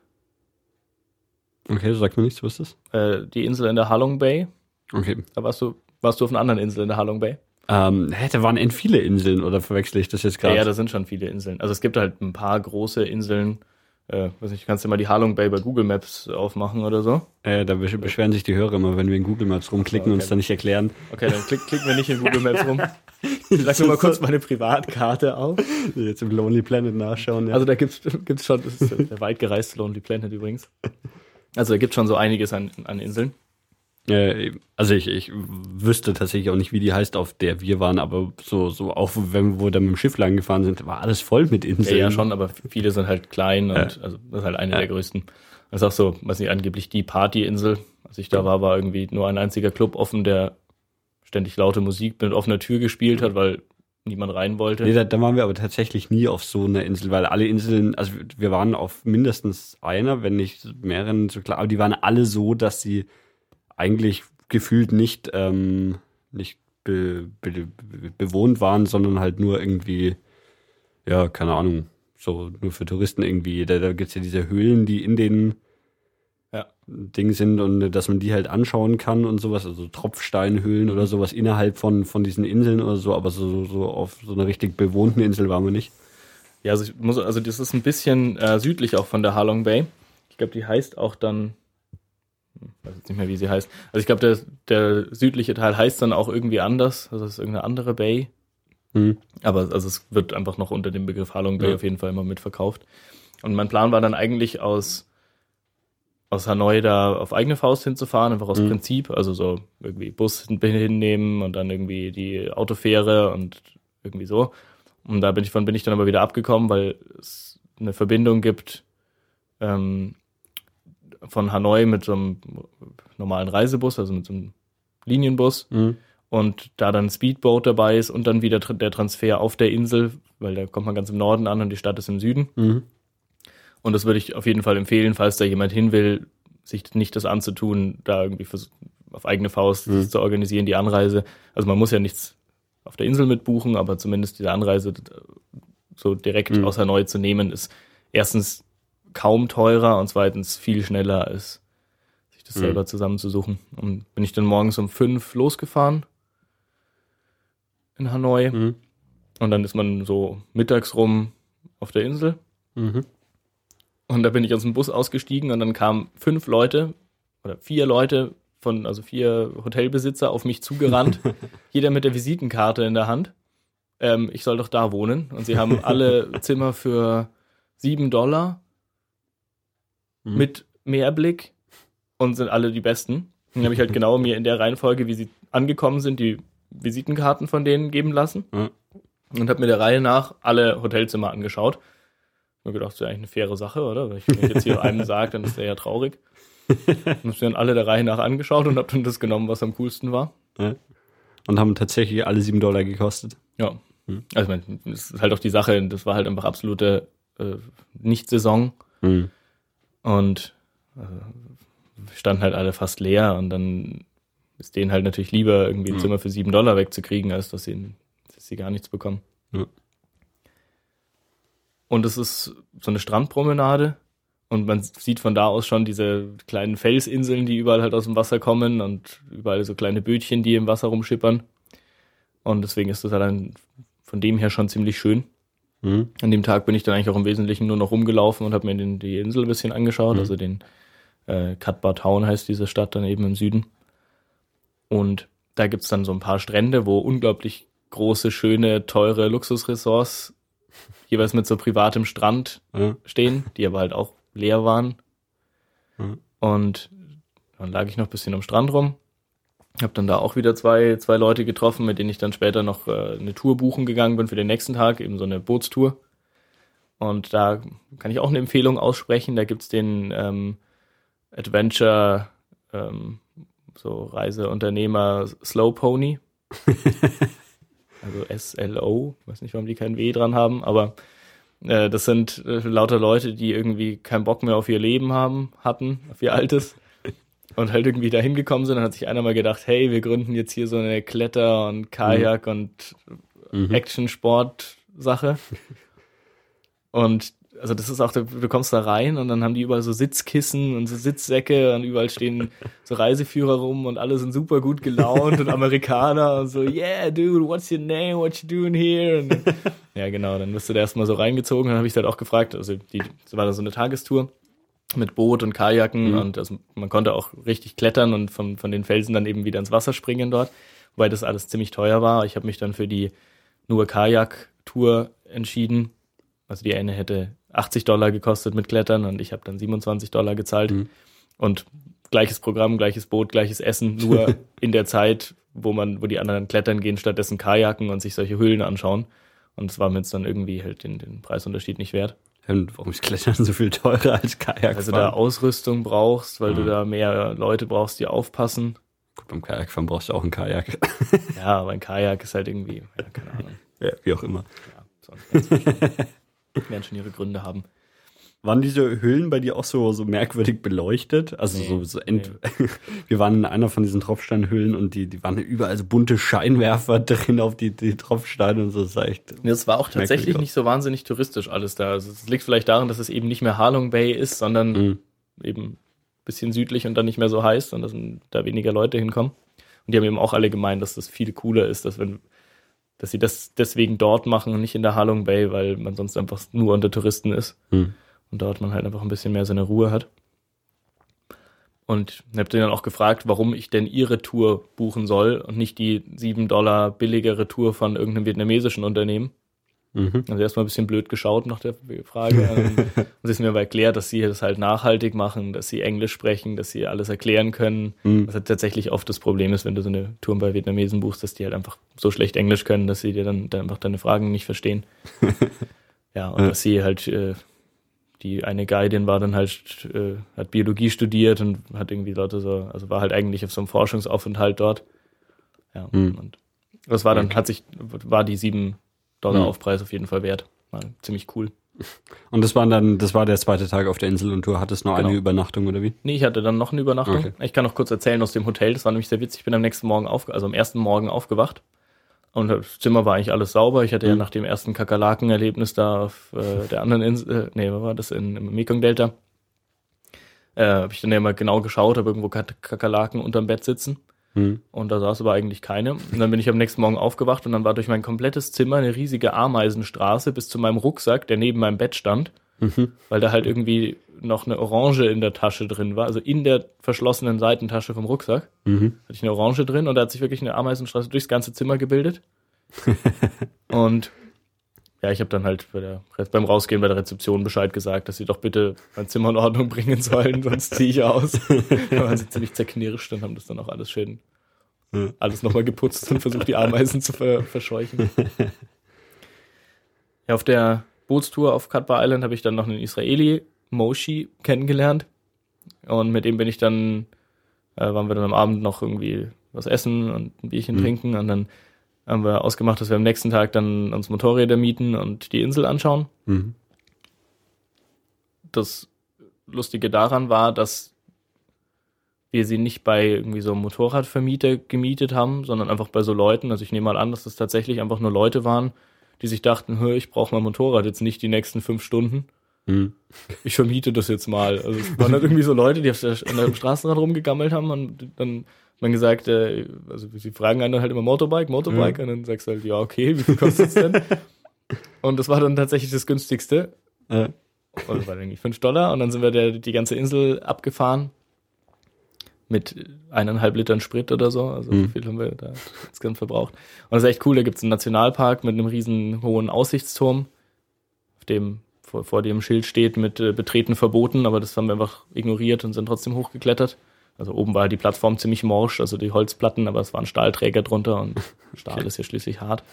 Speaker 1: Okay, so sagt mir nichts, was ist das?
Speaker 2: äh, die Insel in der Halong Bay.
Speaker 1: Okay.
Speaker 2: Da warst du, warst du auf einer anderen Insel in der Halong Bay?
Speaker 1: Ähm, hä, da waren end viele Inseln oder verwechsel ich das jetzt
Speaker 2: Ja,
Speaker 1: gerade?
Speaker 2: ja, da sind schon viele Inseln. Also es gibt halt ein paar große Inseln. Äh, weiß nicht, kannst du mal die Halong Bay bei Google Maps aufmachen oder so?
Speaker 1: Äh, da besch- beschweren sich die Hörer immer, wenn wir in Google Maps rumklicken und
Speaker 2: Okay.
Speaker 1: uns dann nicht erklären.
Speaker 2: Okay, dann klick, klicken wir nicht in Google Maps rum. Ich sag mir mal kurz meine Privatkarte auf.
Speaker 1: Jetzt im Lonely Planet nachschauen. Ja.
Speaker 2: Also da gibt's gibt's schon, das ist der weit gereiste Lonely Planet übrigens. Also da gibt's schon so einiges an, an Inseln.
Speaker 1: Äh, also ich, ich wüsste tatsächlich auch nicht, wie die heißt, auf der wir waren, aber so, so auch wenn wir da mit dem Schiff lang gefahren sind, war alles voll mit
Speaker 2: Ja,
Speaker 1: Inseln.
Speaker 2: ja, schon, aber viele sind halt klein und
Speaker 1: Ja.
Speaker 2: also das ist halt eine
Speaker 1: Ja.
Speaker 2: der größten. Das ist auch so, weiß nicht, angeblich die Partyinsel. Als ich da war, war irgendwie nur ein einziger Club offen, der ständig laute Musik mit offener Tür gespielt hat, weil niemand rein wollte.
Speaker 1: Nee, da, da waren wir aber tatsächlich nie auf so einer Insel, weil alle Inseln, also wir waren auf mindestens einer, wenn nicht mehreren, so klar, aber die waren alle so, dass sie eigentlich gefühlt nicht, ähm, nicht be, be, be, bewohnt waren, sondern halt nur irgendwie, ja, keine Ahnung, so nur für Touristen irgendwie. Da, da gibt's ja diese Höhlen, die in den
Speaker 2: Ja.
Speaker 1: Dingen sind und dass man die halt anschauen kann und sowas, also Tropfsteinhöhlen oder sowas innerhalb von, von diesen Inseln oder so, aber so, so auf so einer richtig bewohnten Insel waren wir nicht.
Speaker 2: Ja, also ich muss, also das ist ein bisschen äh, südlich auch von der Halong Bay. Ich glaube, die heißt auch dann, hm, weiß jetzt nicht mehr, wie sie heißt. Also ich glaube, der, der südliche Teil heißt dann auch irgendwie anders. Also es ist irgendeine andere Bay.
Speaker 1: Hm.
Speaker 2: Aber also es wird einfach noch unter dem Begriff Halong Bay
Speaker 1: Ja.
Speaker 2: auf jeden Fall immer mitverkauft. Und mein Plan war dann eigentlich aus, aus Hanoi da auf eigene Faust hinzufahren, einfach aus
Speaker 1: Mhm.
Speaker 2: Prinzip. Also so irgendwie Bus hin- hinnehmen und dann irgendwie die Autofähre und irgendwie so. Und da bin ich, von bin ich dann aber wieder abgekommen, weil es eine Verbindung gibt ähm, von Hanoi mit so einem normalen Reisebus, also mit so einem Linienbus.
Speaker 1: Mhm.
Speaker 2: Und da dann ein Speedboat dabei ist und dann wieder tr- der Transfer auf der Insel, weil da kommt man ganz im Norden an und die Stadt ist im Süden.
Speaker 1: Mhm.
Speaker 2: Und das würde ich auf jeden Fall empfehlen, falls da jemand hin will, sich nicht das anzutun, da irgendwie vers- auf eigene Faust
Speaker 1: Mhm.
Speaker 2: zu organisieren, die Anreise. Also man muss ja nichts auf der Insel mitbuchen, aber zumindest diese Anreise d- so direkt
Speaker 1: Mhm.
Speaker 2: aus Hanoi zu nehmen, ist erstens kaum teurer und zweitens viel schneller, als sich das
Speaker 1: Mhm.
Speaker 2: selber zusammenzusuchen. Und bin ich dann morgens um fünf losgefahren in Hanoi.
Speaker 1: Mhm.
Speaker 2: Und dann ist man so mittags rum auf der Insel.
Speaker 1: Mhm.
Speaker 2: Und da bin ich aus dem Bus ausgestiegen und dann kamen fünf Leute oder vier Leute von, also vier Hotelbesitzer auf mich zugerannt. Jeder mit der Visitenkarte in der Hand. Ähm, ich soll doch da wohnen. Und sie haben alle Zimmer für sieben Dollar
Speaker 1: Mhm.
Speaker 2: mit Meerblick und sind alle die besten. Und dann habe ich halt genau mir in der Reihenfolge, wie sie angekommen sind, die Visitenkarten von denen geben lassen.
Speaker 1: Ja.
Speaker 2: Und habe mir der Reihe nach alle Hotelzimmer angeschaut. Mir gedacht, das ist ja eigentlich eine faire Sache, oder? Weil ich, wenn ich jetzt hier einem sage, dann ist der ja traurig. Und habe mir dann alle der Reihe nach angeschaut und habe dann das genommen, was am coolsten war.
Speaker 1: Ja. Und haben tatsächlich alle sieben Dollar gekostet.
Speaker 2: Ja.
Speaker 1: Hm.
Speaker 2: Also ich meine, das ist halt auch die Sache, das war halt einfach absolute äh, Nicht-Saison.
Speaker 1: Mhm.
Speaker 2: Und äh, standen halt alle fast leer und dann ist denen halt natürlich lieber, irgendwie ein
Speaker 1: Mhm.
Speaker 2: Zimmer für sieben Dollar wegzukriegen, als dass sie, dass sie gar nichts bekommen.
Speaker 1: Ja.
Speaker 2: Und es ist so eine Strandpromenade und man sieht von da aus schon diese kleinen Felsinseln, die überall halt aus dem Wasser kommen und überall so kleine Bötchen, die im Wasser rumschippern. Und deswegen ist das halt dann von dem her schon ziemlich schön.
Speaker 1: Mhm.
Speaker 2: An dem Tag bin ich dann eigentlich auch im Wesentlichen nur noch rumgelaufen und habe mir den, die Insel ein bisschen angeschaut,
Speaker 1: Mhm.
Speaker 2: also den äh, Katba Town heißt diese Stadt dann eben im Süden. Und da gibt's dann so ein paar Strände, wo unglaublich große, schöne, teure Luxusressorts jeweils mit so privatem Strand
Speaker 1: Ja.
Speaker 2: stehen, die aber halt auch leer waren.
Speaker 1: Mhm.
Speaker 2: Und dann lag ich noch ein bisschen am Strand rum. Habe dann da auch wieder zwei, zwei Leute getroffen, mit denen ich dann später noch äh, eine Tour buchen gegangen bin für den nächsten Tag, eben so eine Bootstour. Und da kann ich auch eine Empfehlung aussprechen. Da gibt's den ähm, Adventure, ähm, so Reiseunternehmer Slow Pony. Also S L O, ich weiß nicht, warum die kein W dran haben, aber äh, das sind äh, lauter Leute, die irgendwie keinen Bock mehr auf ihr Leben haben, hatten, auf ihr altes und halt irgendwie da hingekommen sind. Dann hat sich einer mal gedacht, hey, wir gründen jetzt hier so eine Kletter- und Kajak- und
Speaker 1: Mhm.
Speaker 2: Action-Sport-Sache. Und also das ist auch, du kommst da rein und dann haben die überall so Sitzkissen und so Sitzsäcke und überall stehen so Reiseführer rum und alle sind super gut gelaunt und Amerikaner und so, yeah, dude, what's your name, what you doing here? Und dann, ja, genau, dann wirst du da erstmal so reingezogen. Dann habe ich halt auch gefragt, also die, das war da so eine Tagestour mit Boot und Kajaken
Speaker 1: Mhm.
Speaker 2: und also man konnte auch richtig klettern und von, von den Felsen dann eben wieder ins Wasser springen dort, wobei das alles ziemlich teuer war. Ich habe mich dann für die nur Kajak-Tour entschieden. Also die eine hätte achtzig Dollar gekostet mit Klettern und ich habe dann siebenundzwanzig Dollar gezahlt.
Speaker 1: Mhm.
Speaker 2: Und gleiches Programm, gleiches Boot, gleiches Essen, nur in der Zeit, wo man, wo die anderen klettern gehen, stattdessen Kajaken und sich solche Höhlen anschauen. Und es war mir jetzt dann irgendwie halt den, den Preisunterschied nicht wert.
Speaker 1: Und warum ist Klettern so viel teurer als Kajak?
Speaker 2: Also da Ausrüstung brauchst, weil
Speaker 1: Mhm.
Speaker 2: du da mehr Leute brauchst, die aufpassen.
Speaker 1: Gut, beim Kajakfahren brauchst du auch einen Kajak.
Speaker 2: Ja, aber ein Kajak ist halt irgendwie, ja, keine Ahnung.
Speaker 1: Ja, wie auch immer.
Speaker 2: Ja, sonst werden schon ihre Gründe haben.
Speaker 1: Waren diese Höhlen bei dir auch so, so merkwürdig beleuchtet? Also
Speaker 2: Nee,
Speaker 1: so, so ent wir waren in einer von diesen Tropfsteinhöhlen und die, die waren überall so bunte Scheinwerfer drin auf die, die Tropfsteine und so. Das war echt.
Speaker 2: Das war auch tatsächlich
Speaker 1: merkwürdig
Speaker 2: nicht so wahnsinnig touristisch alles da. Also es liegt vielleicht daran, dass es eben nicht mehr Halong Bay ist, sondern
Speaker 1: Mhm.
Speaker 2: eben ein bisschen südlich und dann nicht mehr so heiß und dass da weniger Leute hinkommen. Und die haben eben auch alle gemeint, dass das viel cooler ist, dass wenn dass sie das deswegen dort machen und nicht in der Halong Bay, weil man sonst einfach nur unter Touristen ist
Speaker 1: Mhm.
Speaker 2: und dort man halt einfach ein bisschen mehr seine Ruhe hat. Und ich habe den dann auch gefragt, warum ich denn ihre Tour buchen soll und nicht die sieben Dollar billigere Tour von irgendeinem vietnamesischen Unternehmen.
Speaker 1: Mhm.
Speaker 2: Also erstmal ein bisschen blöd geschaut nach der Frage. Und sie ist mir aber erklärt, dass sie das halt nachhaltig machen, dass sie Englisch sprechen, dass sie alles erklären können.
Speaker 1: Mhm.
Speaker 2: Was halt tatsächlich oft das Problem ist, wenn du so eine Tour bei Vietnamesen buchst, dass die halt einfach so schlecht Englisch können, dass sie dir dann, dann einfach deine Fragen nicht verstehen. Ja, und
Speaker 1: Ja.
Speaker 2: dass sie halt, äh, die eine Guidin war dann halt, äh, hat Biologie studiert und hat irgendwie Leute so, also war halt eigentlich auf so einem Forschungsaufenthalt dort. Ja,
Speaker 1: Mhm.
Speaker 2: und das war dann,
Speaker 1: Okay.
Speaker 2: hat sich, war die sieben Dollar
Speaker 1: Mhm.
Speaker 2: Aufpreis auf jeden Fall wert. War ziemlich cool.
Speaker 1: Und das war dann, das war der zweite Tag auf der Insel und du hattest noch
Speaker 2: Genau.
Speaker 1: eine Übernachtung oder wie?
Speaker 2: Nee, ich hatte dann noch eine Übernachtung.
Speaker 1: Okay.
Speaker 2: Ich kann noch kurz erzählen aus dem Hotel. Das war nämlich sehr witzig. Ich bin am nächsten Morgen aufge, also am ersten Morgen aufgewacht. Und das Zimmer war eigentlich alles sauber. Ich hatte ja
Speaker 1: Mhm.
Speaker 2: nach dem ersten Kakerlaken-Erlebnis da auf äh, der anderen Insel, äh, nee, was war das, in, im Mekong-Delta, äh, habe ich dann ja mal genau geschaut, ob irgendwo Kak- Kakerlaken unterm Bett sitzen.
Speaker 1: Mhm.
Speaker 2: Und da saß aber eigentlich keine. Und dann bin ich am nächsten Morgen aufgewacht und dann war durch mein komplettes Zimmer eine riesige Ameisenstraße bis zu meinem Rucksack, der neben meinem Bett stand,
Speaker 1: Mhm.
Speaker 2: weil da halt irgendwie noch eine Orange in der Tasche drin war, also in der verschlossenen Seitentasche vom Rucksack
Speaker 1: Mhm.
Speaker 2: hatte ich eine Orange drin und da hat sich wirklich eine Ameisenstraße durchs ganze Zimmer gebildet. Und ja, ich habe dann halt bei der, beim Rausgehen bei der Rezeption Bescheid gesagt, dass sie doch bitte mein Zimmer in Ordnung bringen sollen, sonst ziehe ich aus. Da waren sie ziemlich zerknirscht und haben das dann auch alles schön,
Speaker 1: Ja.
Speaker 2: alles nochmal geputzt und versucht, die Ameisen zu ver verscheuchen. Ja, auf der Bootstour auf Katba Island habe ich dann noch einen Israeli, Moshi, kennengelernt. Und mit dem bin ich dann, äh, waren wir dann am Abend noch irgendwie was essen und ein Bierchen
Speaker 1: Mhm.
Speaker 2: trinken. Und dann haben wir ausgemacht, dass wir am nächsten Tag dann uns Motorräder mieten und die Insel anschauen.
Speaker 1: Mhm.
Speaker 2: das Lustige daran war, dass wir sie nicht bei irgendwie so einem Motorradvermieter gemietet haben, sondern einfach bei so Leuten. Also ich nehme mal an, dass das tatsächlich einfach nur Leute waren, die sich dachten, hör, ich brauche mein Motorrad jetzt nicht die nächsten fünf Stunden. Hm. Ich vermiete das jetzt mal. Also es waren halt irgendwie so Leute, die auf der, an der Straßenrad rumgegammelt haben und dann hat man gesagt, äh, also sie fragen einen dann halt immer Motorbike, Motorbike hm. und dann sagst du halt, ja okay, wie viel kostet es denn? Und das war dann tatsächlich das günstigste. Ja. Und das war irgendwie fünf Dollar und dann sind wir der, die ganze Insel abgefahren mit eineinhalb Litern Sprit oder so. Also mhm. so viel haben wir da insgesamt verbraucht. Und das ist echt cool, da gibt es einen Nationalpark mit einem riesen hohen Aussichtsturm, auf dem vor, vor dem Schild steht mit äh, Betreten verboten, aber das haben wir einfach ignoriert und sind trotzdem hochgeklettert. Also oben war die Plattform ziemlich morsch, also die Holzplatten, aber es waren Stahlträger drunter und Stahl okay. ist ja schließlich hart.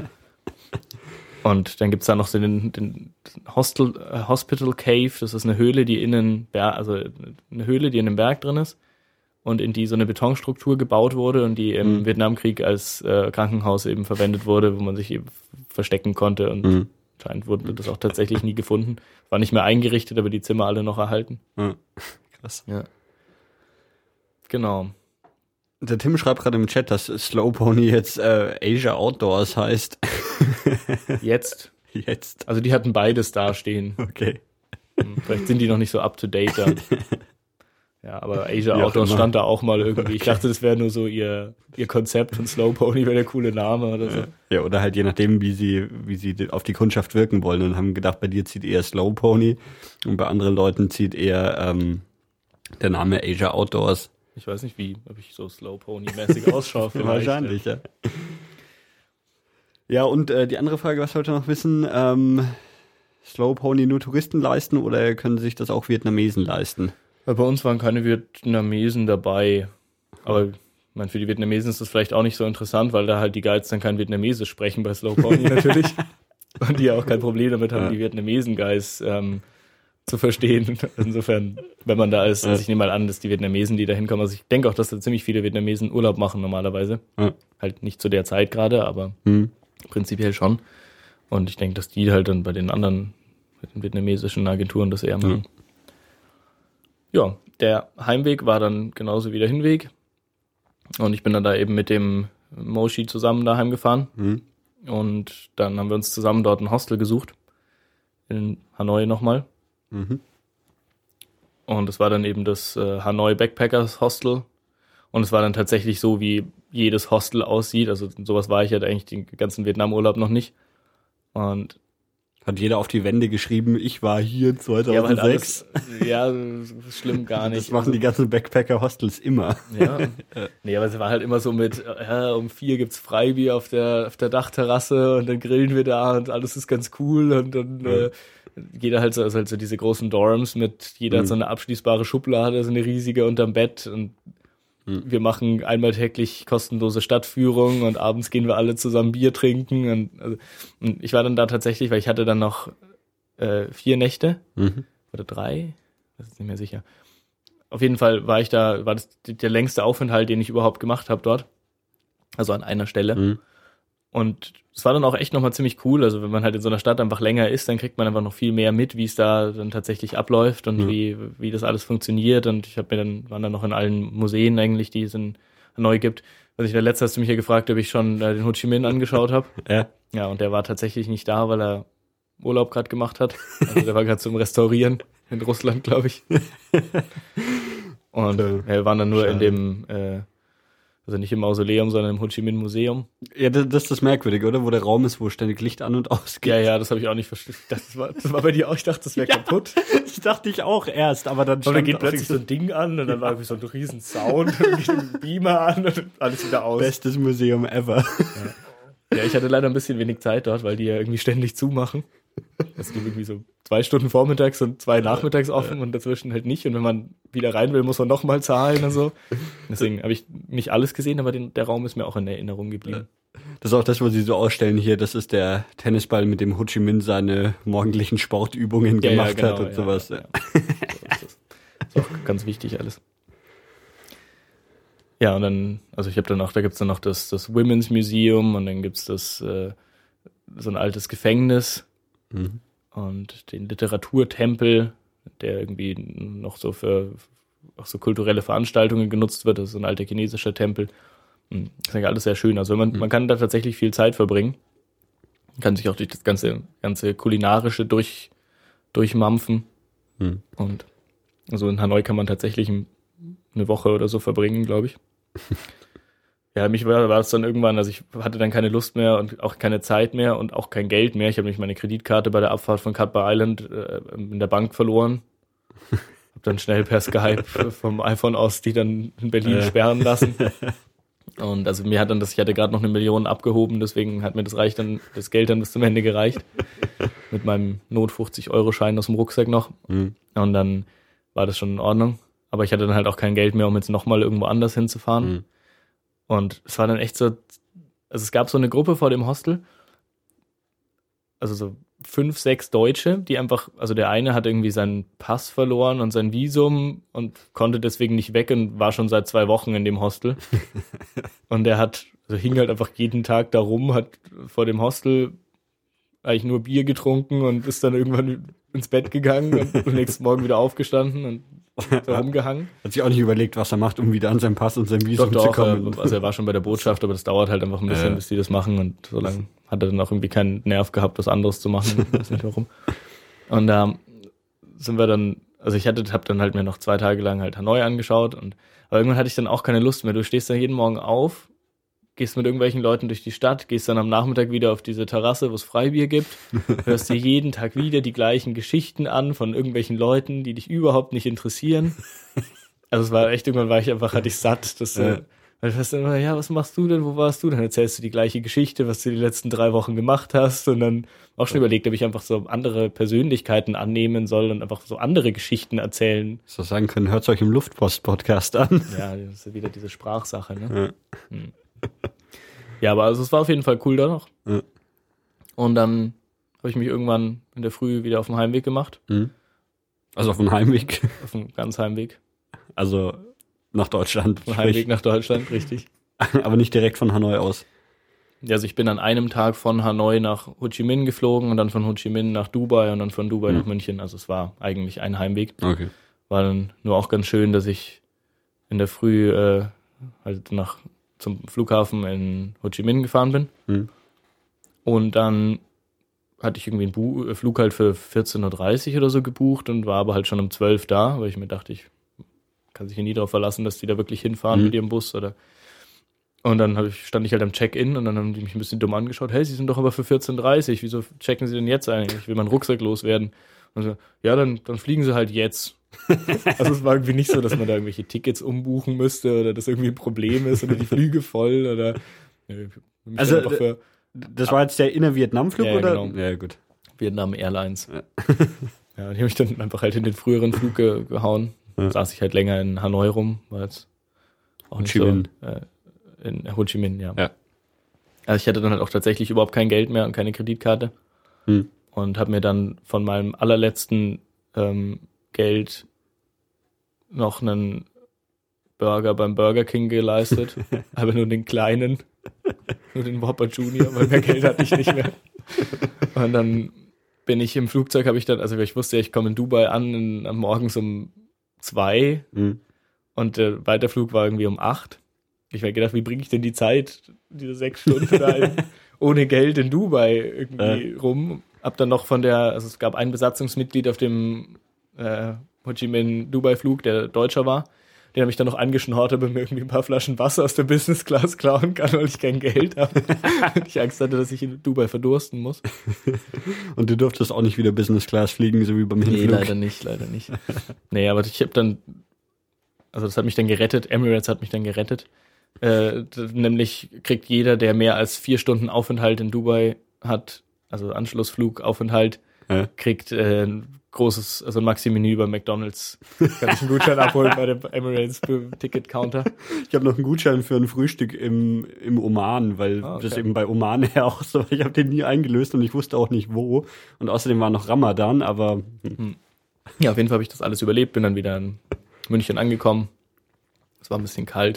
Speaker 2: Und dann gibt's da noch so den, den Hostel, äh, Hospital Cave, das ist eine Höhle, die innen, also eine Höhle, die in einem Berg drin ist und in die so eine Betonstruktur gebaut wurde und die im mhm. Vietnamkrieg als äh, Krankenhaus eben verwendet wurde, wo man sich eben verstecken konnte und mhm. anscheinend wurde das auch tatsächlich nie gefunden. War nicht mehr eingerichtet, aber die Zimmer alle noch erhalten.
Speaker 1: Mhm. Krass.
Speaker 2: Ja. Genau.
Speaker 1: Der Tim schreibt gerade im Chat, dass Slow Pony jetzt äh, Asia Outdoors heißt.
Speaker 2: Jetzt?
Speaker 1: Jetzt.
Speaker 2: Also die hatten beides dastehen.
Speaker 1: Okay.
Speaker 2: Vielleicht sind die noch nicht so up to date dann. Ja, aber Asia Outdoors stand da auch mal irgendwie. Ich dachte, das wäre nur so ihr, ihr Konzept und Slow Pony wäre der coole Name oder so.
Speaker 1: Ja, oder halt je nachdem, wie sie, wie sie auf die Kundschaft wirken wollen und haben gedacht, bei dir zieht eher Slow Pony und bei anderen Leuten zieht eher ähm, der Name Asia Outdoors.
Speaker 2: Ich weiß nicht, wie, ob ich so Slow Pony-mäßig ausschaue.
Speaker 1: Wahrscheinlich, ja. Ja, und äh, die andere Frage, was wollt ihr noch wissen? Ähm, Slow Pony nur Touristen leisten oder können sich das auch Vietnamesen leisten?
Speaker 2: Bei uns waren keine Vietnamesen dabei. Aber ich meine, für die Vietnamesen ist das vielleicht auch nicht so interessant, weil da halt die Guides dann kein Vietnamesisch sprechen bei Slow Pony natürlich. Und die ja auch kein Problem damit haben, ja. die Vietnamesen-Guides ähm, zu verstehen. Insofern, wenn man da ist, also ich nehme mal an, dass die Vietnamesen, die da hinkommen, also ich denke auch, dass da ziemlich viele Vietnamesen Urlaub machen normalerweise. Ja. Halt nicht zu der Zeit gerade, aber hm. prinzipiell schon. Und ich denke, dass die halt dann bei den anderen, bei den vietnamesischen Agenturen das eher machen. Ja, ja, der Heimweg war dann genauso wie der Hinweg. Und ich bin dann da eben mit dem Moshi zusammen da heimgefahren. Hm. Und dann haben wir uns zusammen dort ein Hostel gesucht. In Hanoi nochmal. Mhm. Und es war dann eben das äh, Hanoi Backpackers Hostel. Und es war dann tatsächlich so, wie jedes Hostel aussieht. Also sowas war ich halt eigentlich den ganzen Vietnam-Urlaub noch nicht. Und
Speaker 1: hat jeder auf die Wände geschrieben, ich war hier zweitausendsechs.
Speaker 2: Ja, halt alles, ja, das ist schlimm gar nicht.
Speaker 1: Das machen die ganzen Backpacker-Hostels immer.
Speaker 2: Ja. Nee, aber es war halt immer so mit, ja, um vier gibt's Freibier auf der, auf der Dachterrasse und dann grillen wir da und alles ist ganz cool und dann, ja. äh, jeder halt so, also halt so diese großen Dorms mit, jeder mhm. hat so eine abschließbare Schublade, so eine riesige unterm Bett und mhm. wir machen einmal täglich kostenlose Stadtführung und abends gehen wir alle zusammen Bier trinken und, also, und ich war dann da tatsächlich, weil ich hatte dann noch äh, vier Nächte mhm. oder drei, das ist nicht mehr sicher. Auf jeden Fall war ich da, war das der längste Aufenthalt, den ich überhaupt gemacht habe dort, also an einer Stelle. Mhm. Und es war dann auch echt nochmal ziemlich cool. Also wenn man halt in so einer Stadt einfach länger ist, dann kriegt man einfach noch viel mehr mit, wie es da dann tatsächlich abläuft und mhm. wie wie das alles funktioniert. Und ich habe mir dann, waren dann noch in allen Museen eigentlich, die es in Hanoi gibt. Also ich der letzte hast du mich ja gefragt, ob ich schon äh, den Ho Chi Minh angeschaut habe. Ja. Ja, und der war tatsächlich nicht da, weil er Urlaub gerade gemacht hat. Also der war gerade zum Restaurieren in Russland, glaube ich. Und äh, wir waren dann nur Schade. in dem äh, Also nicht im Mausoleum, sondern im Ho Chi Minh Museum.
Speaker 1: Ja, das, das ist das Merkwürdige, oder? Wo der Raum ist, wo ständig Licht an- und ausgeht.
Speaker 2: Ja, ja, das habe ich auch nicht verstanden. Das war, das war bei dir auch. Ich dachte, das wäre ja, kaputt.
Speaker 1: Das dachte ich auch erst, aber dann
Speaker 2: stand. Und dann geht plötzlich so ein Ding an und dann war irgendwie so ein riesen Sound und dann geht ein Beamer an und alles wieder aus.
Speaker 1: Bestes Museum ever.
Speaker 2: Ja. Ja, ich hatte leider ein bisschen wenig Zeit dort, weil die ja irgendwie ständig zumachen. Das ging irgendwie so zwei Stunden vormittags und zwei nachmittags offen und dazwischen halt nicht. Und wenn man wieder rein will, muss man nochmal zahlen und so. Deswegen habe ich nicht alles gesehen, aber den, der Raum ist mir auch in Erinnerung geblieben.
Speaker 1: Das ist auch das, was sie so ausstellen hier. Das ist der Tennisball, mit dem Ho Chi Minh seine morgendlichen Sportübungen ja, gemacht ja, genau, hat und ja, sowas. Ja, ja. So ist das. Ist auch ganz wichtig alles. Ja, und dann, also ich habe dann auch, da gibt's dann noch das, das Women's Museum und dann gibt's das, äh, so ein altes Gefängnis. Mhm. Und den Literaturtempel,
Speaker 2: der irgendwie noch so für auch so kulturelle Veranstaltungen genutzt wird. Das ist so ein alter chinesischer Tempel. Das ist eigentlich alles sehr schön. Also man, mhm. man kann da tatsächlich viel Zeit verbringen. Man kann sich auch durch das ganze, ganze kulinarische durch, durchmampfen. Mhm. Und also in Hanoi kann man tatsächlich eine Woche oder so verbringen, glaube ich. Ja, mich war, war es dann irgendwann, also ich hatte dann keine Lust mehr und auch keine Zeit mehr und auch kein Geld mehr. Ich habe nämlich meine Kreditkarte bei der Abfahrt von Cutbar Island äh, in der Bank verloren. Hab dann schnell per Skype vom iPhone aus die dann in Berlin äh. sperren lassen. Und also mir hat dann das, ich hatte gerade noch eine Million abgehoben, deswegen hat mir das reicht dann, das Geld dann bis zum Ende gereicht. Mit meinem Not fünfzig Euro Schein aus dem Rucksack noch. Mhm. Und dann war das schon in Ordnung. Aber ich hatte dann halt auch kein Geld mehr, um jetzt nochmal irgendwo anders hinzufahren. Mhm. Und es war dann echt so, also es gab so eine Gruppe vor dem Hostel, also so fünf, sechs Deutsche, die einfach, also der eine hat irgendwie seinen Pass verloren und sein Visum und konnte deswegen nicht weg und war schon seit zwei Wochen in dem Hostel. Und der hat, also hing halt einfach jeden Tag da rum, hat vor dem Hostel eigentlich nur Bier getrunken und ist dann irgendwann ins Bett gegangen und am nächsten Morgen wieder aufgestanden und da rumgehangen.
Speaker 1: Hat sich auch nicht überlegt, was er macht, um wieder an seinen Pass und sein Visum doch, doch, zu kommen.
Speaker 2: Äh, also er war schon bei der Botschaft, aber das dauert halt einfach ein bisschen, äh. bis die das machen und so lange hat er dann auch irgendwie keinen Nerv gehabt, was anderes zu machen. Ich weiß nicht warum. Und da ähm, sind wir dann, also ich hatte, hab dann halt mir noch zwei Tage lang halt Hanoi angeschaut und aber irgendwann hatte ich dann auch keine Lust mehr. Du stehst dann jeden Morgen auf, gehst mit irgendwelchen Leuten durch die Stadt, gehst dann am Nachmittag wieder auf diese Terrasse, wo es Freibier gibt, hörst dir jeden Tag wieder die gleichen Geschichten an von irgendwelchen Leuten, die dich überhaupt nicht interessieren. Also es war echt, irgendwann war ich einfach, hatte ich satt. Das, ja. Weil du hast dann immer, ja, was machst du denn, wo warst du? Dann erzählst du die gleiche Geschichte, was du die letzten drei Wochen gemacht hast und dann auch schon ja. überlegt, ob ich einfach so andere Persönlichkeiten annehmen soll und einfach so andere Geschichten erzählen.
Speaker 1: So sagen können, hört euch im Luftpost-Podcast an.
Speaker 2: Ja, das ist ja wieder diese Sprachsache, ne? Ja. Hm. Ja, aber also es war auf jeden Fall cool da noch. Ja. Und dann habe ich mich irgendwann in der Früh wieder auf den Heimweg gemacht.
Speaker 1: Mhm. Also auf den Heimweg?
Speaker 2: Auf den ganz Heimweg.
Speaker 1: Also nach Deutschland.
Speaker 2: Auf den Heimweg nach Deutschland, richtig.
Speaker 1: Aber nicht direkt von Hanoi aus.
Speaker 2: Ja, also ich bin an einem Tag von Hanoi nach Ho Chi Minh geflogen und dann von Ho Chi Minh nach Dubai und dann von Dubai mhm. nach München. Also es war eigentlich ein Heimweg.
Speaker 1: Okay.
Speaker 2: War dann nur auch ganz schön, dass ich in der Früh äh, halt nach zum Flughafen in Ho Chi Minh gefahren bin. Mhm. Und dann hatte ich irgendwie einen Bu- Flug halt für vierzehn Uhr dreißig oder so gebucht und war aber halt schon um zwölf da, weil ich mir dachte, ich kann sich ja nie darauf verlassen, dass die da wirklich hinfahren mhm. mit ihrem Bus oder. Und dann hab ich, stand ich halt am Check-in und dann haben die mich ein bisschen dumm angeschaut. Hey, Sie sind doch aber für vierzehn Uhr dreißig, wieso checken Sie denn jetzt eigentlich? Ich will meinen Rucksack loswerden. Und so, ja, dann, dann fliegen Sie halt jetzt. Also es war irgendwie nicht so, dass man da irgendwelche Tickets umbuchen müsste oder dass irgendwie ein Problem ist oder die Flüge voll oder
Speaker 1: nee, also für, das war jetzt der Inner-Vietnam-Flug
Speaker 2: ja,
Speaker 1: oder?
Speaker 2: Genau.
Speaker 1: Ja, gut.
Speaker 2: Vietnam Airlines. Ja, ja die habe ich dann einfach halt in den früheren Flug ge- gehauen. Ja. Saß ich halt länger in Hanoi rum, war jetzt auch nicht so, äh, in Ho Chi Minh, ja.
Speaker 1: ja.
Speaker 2: Also ich hatte dann halt auch tatsächlich überhaupt kein Geld mehr und keine Kreditkarte hm. und habe mir dann von meinem allerletzten ähm, Geld noch einen Burger beim Burger King geleistet, aber nur den kleinen, nur den Whopper Junior, weil mehr Geld hatte ich nicht mehr. Und dann bin ich im Flugzeug, habe ich dann, also ich wusste ja, ich komme in Dubai an, in, am morgens um zwei mhm. und der Weiterflug war irgendwie um acht. Ich habe gedacht, wie bringe ich denn die Zeit, diese sechs Stunden da in, ohne Geld in Dubai irgendwie äh. rum. Hab dann noch von der, also es gab ein Besatzungsmitglied auf dem äh, Ho Chi Minh Dubai Flug, der Deutscher war. Den habe ich dann noch angeschnort, ob er mir irgendwie ein paar Flaschen Wasser aus der Business Class klauen kann, weil ich kein Geld habe. Ich Angst hatte, dass ich in Dubai verdursten muss.
Speaker 1: Und du durftest auch nicht wieder Business Class fliegen, so wie beim Hinflug?
Speaker 2: Nee, leider nicht, leider nicht. Nee, aber ich habe dann, also das hat mich dann gerettet, Emirates hat mich dann gerettet. Äh, nämlich kriegt jeder, der mehr als vier Stunden Aufenthalt in Dubai hat, also Anschlussflugaufenthalt, ja. kriegt äh, ein großes, also ein Maxi-Menü bei McDonald's. Kann ich einen Gutschein abholen bei dem Emirates Ticket-Counter.
Speaker 1: Ich habe noch einen Gutschein für ein Frühstück im, im Oman, weil ah, okay. das eben bei Oman her auch so, ich habe den nie eingelöst und ich wusste auch nicht wo. Und außerdem war noch Ramadan, aber...
Speaker 2: Hm. Ja, auf jeden Fall habe ich das alles überlebt, bin dann wieder in München angekommen. Es war ein bisschen kalt.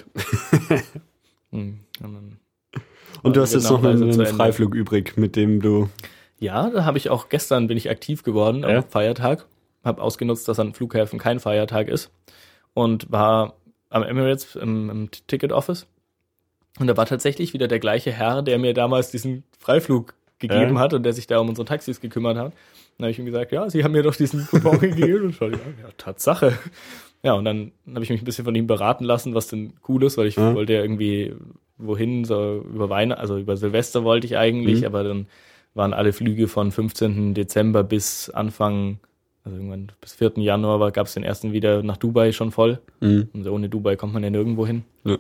Speaker 2: hm. Und, dann
Speaker 1: und du hast jetzt noch einen, einen Freiflug übrig, mit dem du...
Speaker 2: Ja, da habe ich auch gestern, bin ich aktiv geworden,
Speaker 1: ja.
Speaker 2: am Feiertag. habe ausgenutzt, dass an Flughäfen kein Feiertag ist und war am Emirates im, im Ticket Office. Und da war tatsächlich wieder der gleiche Herr, der mir damals diesen Freiflug gegeben ja. hat und der sich da um unsere Taxis gekümmert hat. Dann habe ich ihm gesagt, ja, Sie haben mir doch diesen Coupon gegeben. Und ich war, ja, ja, Tatsache. Ja, und dann habe ich mich ein bisschen von ihm beraten lassen, was denn cool ist, weil ich ja. wollte ja irgendwie wohin, so über Weihnachten, also über Silvester wollte ich eigentlich, mhm. aber dann waren alle Flüge von fünfzehnten Dezember bis Anfang, also irgendwann bis vierten Januar gab es den ersten wieder nach Dubai schon voll. Mhm. Und ohne Dubai kommt man ja nirgendwo hin. Ja.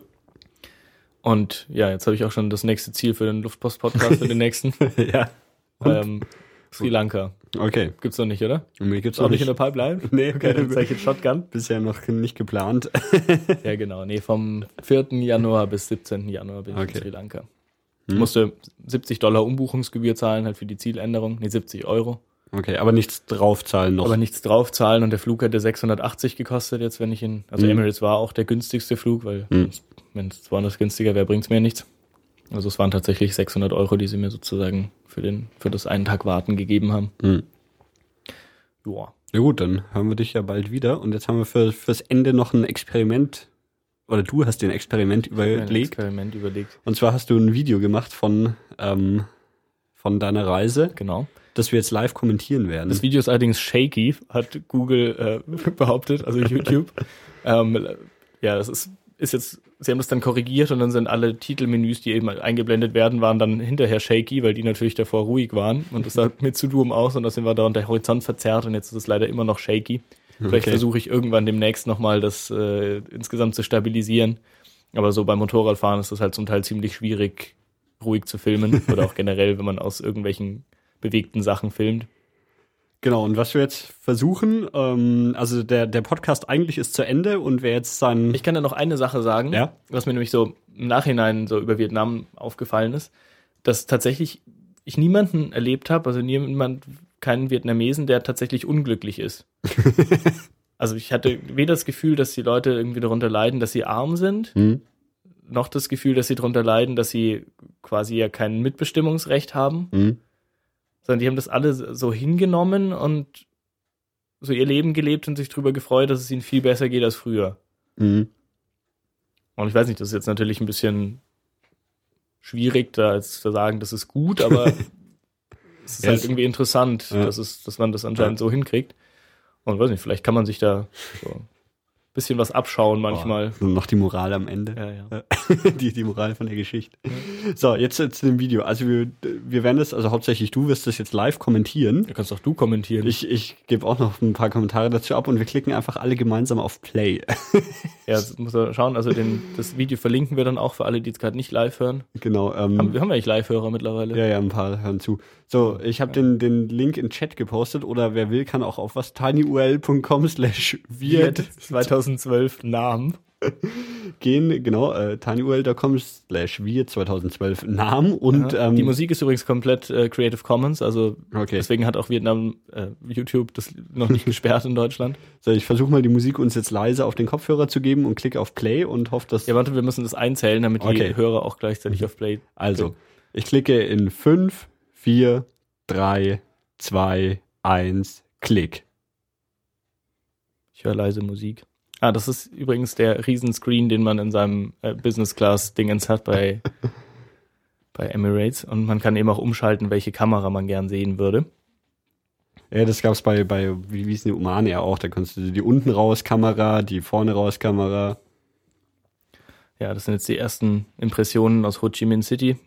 Speaker 2: Und ja, jetzt habe ich auch schon das nächste Ziel für den Luftpost-Podcast, für den nächsten. ja. Ähm, Sri Lanka.
Speaker 1: Okay.
Speaker 2: Gibt's noch nicht, oder?
Speaker 1: Und mir gibt's
Speaker 2: auch
Speaker 1: noch
Speaker 2: nicht in der Pipeline?
Speaker 1: Nee,
Speaker 2: okay, dann zeige ich jetzt Shotgun.
Speaker 1: Bisher noch nicht geplant.
Speaker 2: ja, genau. Nee, vom vierten Januar bis siebzehnten Januar bin ich okay. in Sri Lanka. Ich hm. musste siebzig Dollar Umbuchungsgebühr zahlen, halt für die Zieländerung. Nee, siebzig Euro.
Speaker 1: Okay, aber nichts draufzahlen noch.
Speaker 2: Aber nichts draufzahlen und der Flug hätte sechshundertachtzig gekostet jetzt, wenn ich in, also hm. Emirates war auch der günstigste Flug, weil hm. wenn es woanders günstiger wäre, bringt's mir nichts. Also es waren tatsächlich sechshundert Euro, die sie mir sozusagen für den, für das einen Tag Warten gegeben haben. Hm.
Speaker 1: Ja. Ja gut, dann hören wir dich ja bald wieder und jetzt haben wir für, fürs Ende noch ein Experiment. Oder du hast dir ein Experiment überlegt. Ein
Speaker 2: Experiment überlegt.
Speaker 1: Und zwar hast du ein Video gemacht von, ähm, von deiner Reise.
Speaker 2: Genau.
Speaker 1: Das wir jetzt live kommentieren werden.
Speaker 2: Das Video ist allerdings shaky, hat Google äh, behauptet, also YouTube. ähm, ja, das ist, ist jetzt, sie haben das dann korrigiert und dann sind alle Titelmenüs, die eben eingeblendet werden, waren dann hinterher shaky, weil die natürlich davor ruhig waren. Und das sah mit zu dumm aus und da sind wir da und der Horizont verzerrt und jetzt ist es leider immer noch shaky. Vielleicht okay. versuche ich irgendwann demnächst nochmal das äh, insgesamt zu stabilisieren. Aber so beim Motorradfahren ist das halt zum Teil ziemlich schwierig, ruhig zu filmen. Oder auch generell, wenn man aus irgendwelchen bewegten Sachen filmt.
Speaker 1: Genau, und was wir jetzt versuchen, ähm, also der, der Podcast eigentlich ist zu Ende und wer jetzt sein...
Speaker 2: Ich kann da noch eine Sache sagen,
Speaker 1: ja?
Speaker 2: was mir nämlich so im Nachhinein so über Vietnam aufgefallen ist, dass tatsächlich ich niemanden erlebt habe, also niemand... keinen Vietnamesen, der tatsächlich unglücklich ist. Also ich hatte weder das Gefühl, dass die Leute irgendwie darunter leiden, dass sie arm sind, mhm. noch das Gefühl, dass sie darunter leiden, dass sie quasi ja kein Mitbestimmungsrecht haben, mhm. sondern die haben das alle so hingenommen und so ihr Leben gelebt und sich darüber gefreut, dass es ihnen viel besser geht als früher. Mhm. Und ich weiß nicht, das ist jetzt natürlich ein bisschen schwierig, da jetzt zu sagen, das ist gut, aber es ist ja, halt irgendwie interessant, ja. dass, es, dass man das anscheinend ja. so hinkriegt. Und weiß nicht, vielleicht kann man sich da so ein bisschen was abschauen manchmal.
Speaker 1: Oh, noch die Moral am Ende.
Speaker 2: Ja, ja.
Speaker 1: die, die Moral von der Geschichte. Ja. So, jetzt zu dem Video. Also wir, wir werden das, also hauptsächlich du wirst das jetzt live kommentieren.
Speaker 2: Du kannst auch du kommentieren.
Speaker 1: Ich, ich gebe auch noch ein paar Kommentare dazu ab und wir klicken einfach alle gemeinsam auf Play.
Speaker 2: Ja, das muss man schauen. Also den, das Video verlinken wir dann auch für alle, die jetzt gerade nicht live hören.
Speaker 1: Genau. Ähm,
Speaker 2: haben, wir haben ja eigentlich Live-Hörer mittlerweile.
Speaker 1: Ja, ja, ein paar hören zu. So, ich habe ja. den, den Link in Chat gepostet oder wer will, kann auch auf was tinyurl.com slash wird
Speaker 2: zweitausendzwölf Namen
Speaker 1: gehen, genau, äh, tinyurl.com slash wir zweitausendzwölf Namen und
Speaker 2: ja,
Speaker 1: ähm,
Speaker 2: die Musik ist übrigens komplett äh, Creative Commons, also
Speaker 1: okay.
Speaker 2: deswegen hat auch Vietnam äh, YouTube das noch nicht gesperrt in Deutschland.
Speaker 1: So, ich versuche mal die Musik uns jetzt leise auf den Kopfhörer zu geben und klicke auf Play und hoffe, dass...
Speaker 2: Ja, warte, wir müssen das einzählen, damit die okay. Hörer auch gleichzeitig auf Play
Speaker 1: Also, klicken. Ich klicke in fünf, vier, drei, zwei, eins, Klick.
Speaker 2: Ich höre leise Musik. Ah, das ist übrigens der Riesenscreen, den man in seinem äh, Business-Class-Dingens hat bei, bei Emirates. Und man kann eben auch umschalten, welche Kamera man gern sehen würde.
Speaker 1: Ja, das gab's bei, bei wie hieß die Oman ja auch. Da konntest du die unten raus Kamera, die vorne raus Kamera.
Speaker 2: Ja, das sind jetzt die ersten Impressionen aus Ho Chi Minh City.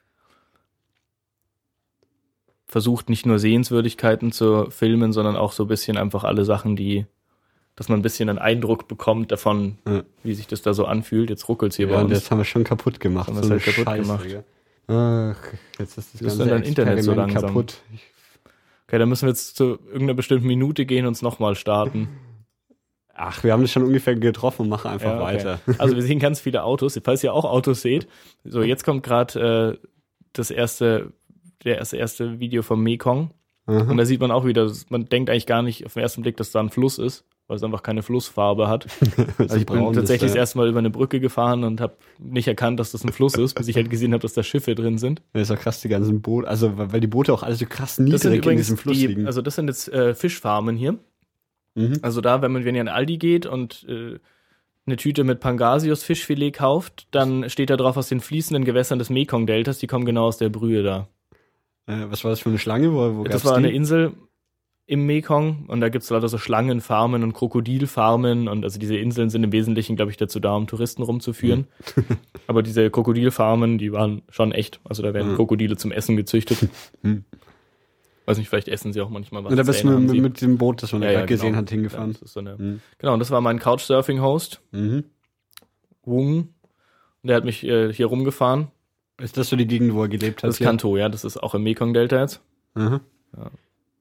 Speaker 2: Versucht nicht nur Sehenswürdigkeiten zu filmen, sondern auch so ein bisschen einfach alle Sachen, die... dass man ein bisschen einen Eindruck bekommt davon, ja. wie sich das da so anfühlt. Jetzt ruckelt's hier
Speaker 1: ja,
Speaker 2: bei uns.
Speaker 1: Ja, das haben wir schon kaputt gemacht.
Speaker 2: Haben wir so halt kaputt
Speaker 1: Scheiße,
Speaker 2: gemacht.
Speaker 1: Ja. Ach, jetzt ist das, das ganze
Speaker 2: ist dein Internet so langsam
Speaker 1: kaputt.
Speaker 2: Okay, dann müssen wir jetzt zu irgendeiner bestimmten Minute gehen und uns nochmal starten.
Speaker 1: Ach, wir haben das schon ungefähr getroffen und machen einfach
Speaker 2: ja, okay.
Speaker 1: weiter.
Speaker 2: Also wir sehen ganz viele Autos. Falls ihr auch Autos seht. So, jetzt kommt gerade äh, das erste, der erste, erste Video vom Mekong. Mhm. Und da sieht man auch wieder, man denkt eigentlich gar nicht auf den ersten Blick, dass da ein Fluss ist, weil es einfach keine Flussfarbe hat. Also ich bin tatsächlich das erste Mal über eine Brücke gefahren und habe nicht erkannt, dass das ein Fluss ist, bis ich halt gesehen habe, dass da Schiffe drin sind.
Speaker 1: Das ist doch krass, die ganzen Boote, also weil die Boote auch alle so krass niedrig in diesem Fluss
Speaker 2: die,
Speaker 1: liegen.
Speaker 2: Also das sind jetzt äh, Fischfarmen hier.
Speaker 1: Mhm.
Speaker 2: Also da, wenn man, wenn ihr an Aldi geht und äh, eine Tüte mit Pangasius Fischfilet kauft, dann steht da drauf aus den fließenden Gewässern des Mekong-Deltas, die kommen genau aus der Brühe da.
Speaker 1: Äh, was war das für eine Schlange? Wo, wo
Speaker 2: Das
Speaker 1: gab's
Speaker 2: war
Speaker 1: die?
Speaker 2: eine Insel im Mekong und da gibt es lauter so Schlangenfarmen und Krokodilfarmen und also diese Inseln sind im Wesentlichen, glaube ich, dazu da, um Touristen rumzuführen. Mhm. Aber diese Krokodilfarmen, die waren schon echt. Also da werden mhm. Krokodile zum Essen gezüchtet. Mhm. Weiß nicht, vielleicht essen sie auch manchmal was.
Speaker 1: Und da bist du mit, mit dem Boot, das man ja, ja
Speaker 2: genau.
Speaker 1: gesehen hat, hingefahren.
Speaker 2: Ja, das ist so eine, mhm. Genau, und das war mein Couchsurfing-Host,
Speaker 1: mhm.
Speaker 2: Wung. Und der hat mich äh, hier rumgefahren.
Speaker 1: Ist das so die Gegend, wo er gelebt hat?
Speaker 2: Das ist Kanto, ja. Das ist auch im Mekong-Delta jetzt.
Speaker 1: Mhm.
Speaker 2: Ja.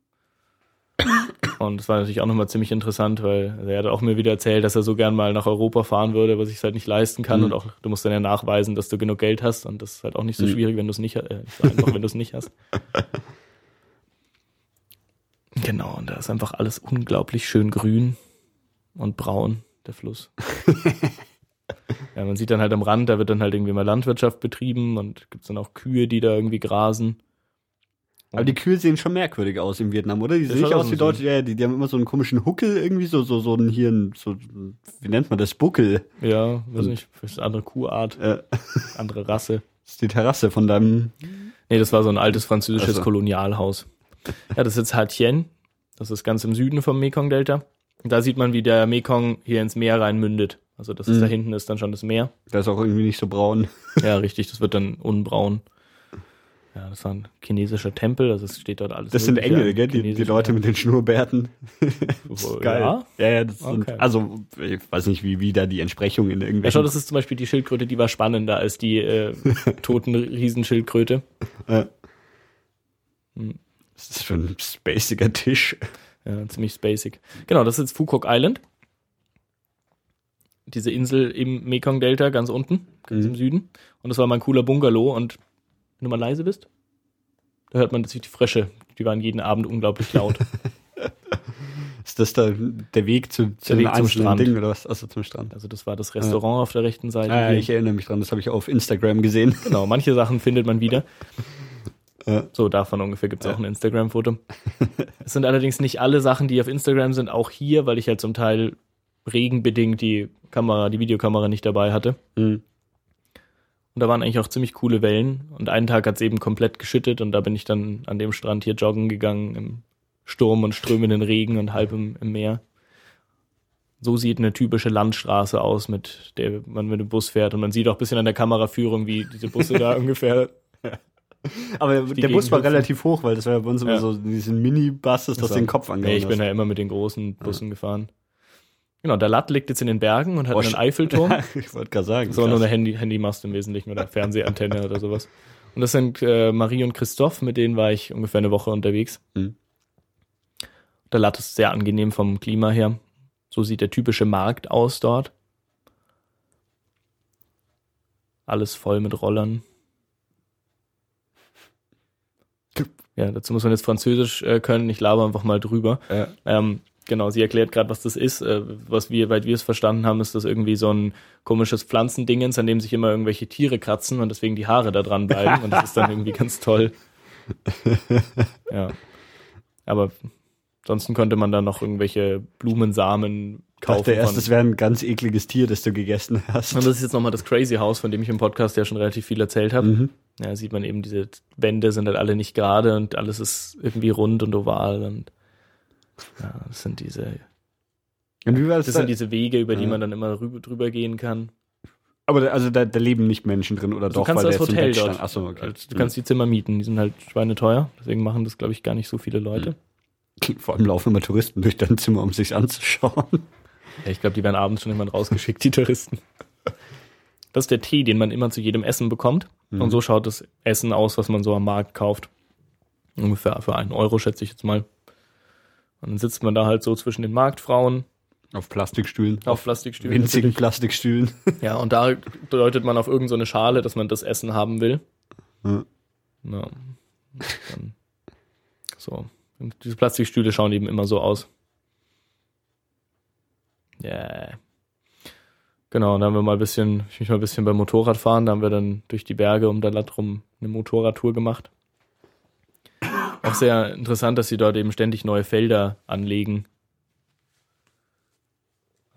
Speaker 2: Und das war natürlich auch nochmal ziemlich interessant, weil also er hat auch mir wieder erzählt, dass er so gern mal nach Europa fahren würde, was ich es halt nicht leisten kann. Mhm. Und auch, du musst dann ja nachweisen, dass du genug Geld hast. Und das ist halt auch nicht so mhm. schwierig, wenn du es nicht, äh, nicht so einfach, wenn du es nicht hast. Genau, und da ist einfach alles unglaublich schön grün und braun, der Fluss. Ja, man sieht dann halt am Rand, da wird dann halt irgendwie mal Landwirtschaft betrieben und gibt's dann auch Kühe, die da irgendwie grasen.
Speaker 1: Aber die Kühe sehen schon merkwürdig aus in Vietnam, oder? Die sehen nicht aus wie Deutsche, ja, die, die haben immer so einen komischen Huckel irgendwie, so, so, so ein hier, so, wie nennt man das, Buckel?
Speaker 2: Ja, weiß nicht, vielleicht eine andere Kuhart,
Speaker 1: äh.
Speaker 2: andere Rasse.
Speaker 1: Das ist die Terrasse von deinem...
Speaker 2: Nee, das war so ein altes französisches
Speaker 1: also.
Speaker 2: Kolonialhaus. Ja, das ist jetzt Hatien, das ist ganz im Süden vom Mekong-Delta. Und da sieht man, wie der Mekong hier ins Meer rein mündet. Also das ist mhm. da hinten ist dann schon das Meer.
Speaker 1: Da ist auch irgendwie nicht so braun.
Speaker 2: Ja, richtig, das wird dann unbraun. Ja, das war ein chinesischer Tempel, also es steht dort alles.
Speaker 1: Das sind Engel, gell? Die, die Leute mit den Schnurrbärten.
Speaker 2: Das ist geil.
Speaker 1: Ja, ja, ja das
Speaker 2: okay.
Speaker 1: sind, also ich weiß nicht, wie, wie da die Entsprechung in irgendwelchen...
Speaker 2: Ja, schau, das ist zum Beispiel die Schildkröte, die war spannender als die äh, toten Riesenschildkröte.
Speaker 1: Ja. Hm. Das ist schon ein spaciger Tisch.
Speaker 2: Ja, ziemlich spacig. Genau, das ist jetzt Phu Quoc Island. Diese Insel im Mekong-Delta, ganz unten, ganz mhm. im Süden. Und das war mein cooler Bungalow. Und wenn du mal leise bist, da hört man natürlich die Frösche. Die waren jeden Abend unglaublich laut.
Speaker 1: Ist das da der Weg zu, zu
Speaker 2: der Weg zum Strand.
Speaker 1: Ding oder was? Achso, zum Strand.
Speaker 2: Also das war das Restaurant ja. auf der rechten Seite.
Speaker 1: Ja, ich erinnere mich dran. Das habe ich auf Instagram gesehen.
Speaker 2: Genau, manche Sachen findet man wieder.
Speaker 1: Ja.
Speaker 2: So, davon ungefähr gibt es
Speaker 1: ja.
Speaker 2: auch ein Instagram-Foto. Es sind allerdings nicht alle Sachen, die auf Instagram sind, auch hier, weil ich halt zum Teil regenbedingt die Kamera, die Videokamera nicht dabei hatte.
Speaker 1: Mhm.
Speaker 2: Und da waren eigentlich auch ziemlich coole Wellen. Und einen Tag hat es eben komplett geschüttet und da bin ich dann an dem Strand hier joggen gegangen im Sturm und strömenden Regen und halb im, im Meer. So sieht eine typische Landstraße aus, mit der man mit dem Bus fährt. Und man sieht auch ein bisschen an der Kameraführung, wie diese Busse da ungefähr...
Speaker 1: Aber der Bus war hüpfen. relativ hoch, weil das war ja bei uns immer ja. so diese Mini-Buses, das den Kopf angehauen.
Speaker 2: Ja, ich bin ja immer mit den großen Bussen ja. gefahren. Genau, der Lat liegt jetzt in den Bergen und hat oh, einen Eiffelturm.
Speaker 1: Ich wollte gerade sagen.
Speaker 2: So, nur eine Handy, Handymast im Wesentlichen oder Fernsehantenne oder sowas. Und das sind äh, Marie und Christoph, mit denen war ich ungefähr eine Woche unterwegs.
Speaker 1: Mhm.
Speaker 2: Der Lat ist sehr angenehm vom Klima her. So sieht der typische Markt aus dort. Alles voll mit Rollern. Ja, dazu muss man jetzt Französisch äh, können. Ich laber einfach mal drüber.
Speaker 1: Ja.
Speaker 2: Ähm, genau, sie erklärt gerade, was das ist. Äh, was wir, weit wir es verstanden haben, ist das irgendwie so ein komisches Pflanzendingens, an dem sich immer irgendwelche Tiere kratzen und deswegen die Haare da dran bleiben. Und das ist dann irgendwie ganz toll. Ja. Aber ansonsten konnte man dann noch irgendwelche Blumensamen kaufen. Ich dachte
Speaker 1: erst, das wäre ein ganz ekliges Tier, das du gegessen hast.
Speaker 2: Und das ist jetzt nochmal das Crazy House, von dem ich im Podcast ja schon relativ viel erzählt habe.
Speaker 1: Mhm.
Speaker 2: Ja, sieht man eben, diese Wände sind halt alle nicht gerade und alles ist irgendwie rund und oval und ja, das sind diese
Speaker 1: und wie war das,
Speaker 2: das
Speaker 1: da?
Speaker 2: sind diese Wege, über die
Speaker 1: ja.
Speaker 2: man dann immer rüber, drüber gehen kann.
Speaker 1: Aber da, also da, da leben nicht Menschen drin oder
Speaker 2: also
Speaker 1: doch,
Speaker 2: du kannst
Speaker 1: weil
Speaker 2: das
Speaker 1: der
Speaker 2: Hotel
Speaker 1: zum
Speaker 2: dort.
Speaker 1: Achso, okay.
Speaker 2: Also du kannst die Zimmer mieten, die sind halt schweineteuer, deswegen machen das, glaube ich, gar nicht so viele Leute.
Speaker 1: Vor allem laufen immer Touristen durch dein Zimmer, um sich's anzuschauen.
Speaker 2: Ja, ich glaube, die werden abends schon jemand rausgeschickt, die Touristen. Das ist der Tee, den man immer zu jedem Essen bekommt. Mhm. Und so schaut das Essen aus, was man so am Markt kauft. Ungefähr für einen Euro, schätze ich jetzt mal. Und dann sitzt man da halt so zwischen den Marktfrauen.
Speaker 1: Auf Plastikstühlen.
Speaker 2: Auf Plastikstühlen.
Speaker 1: Winzigen
Speaker 2: natürlich.
Speaker 1: Plastikstühlen.
Speaker 2: Ja, und da deutet man auf irgendeine so eine Schale, dass man das Essen haben will.
Speaker 1: Ja.
Speaker 2: Ja. Dann so. Und diese Plastikstühle schauen eben immer so aus. Ja. Yeah. Genau, und dann haben wir mal ein bisschen, ich mich mal ein bisschen beim Motorradfahren, da haben wir dann durch die Berge um der Lat rum eine Motorradtour gemacht. Auch sehr interessant, dass sie dort eben ständig neue Felder anlegen.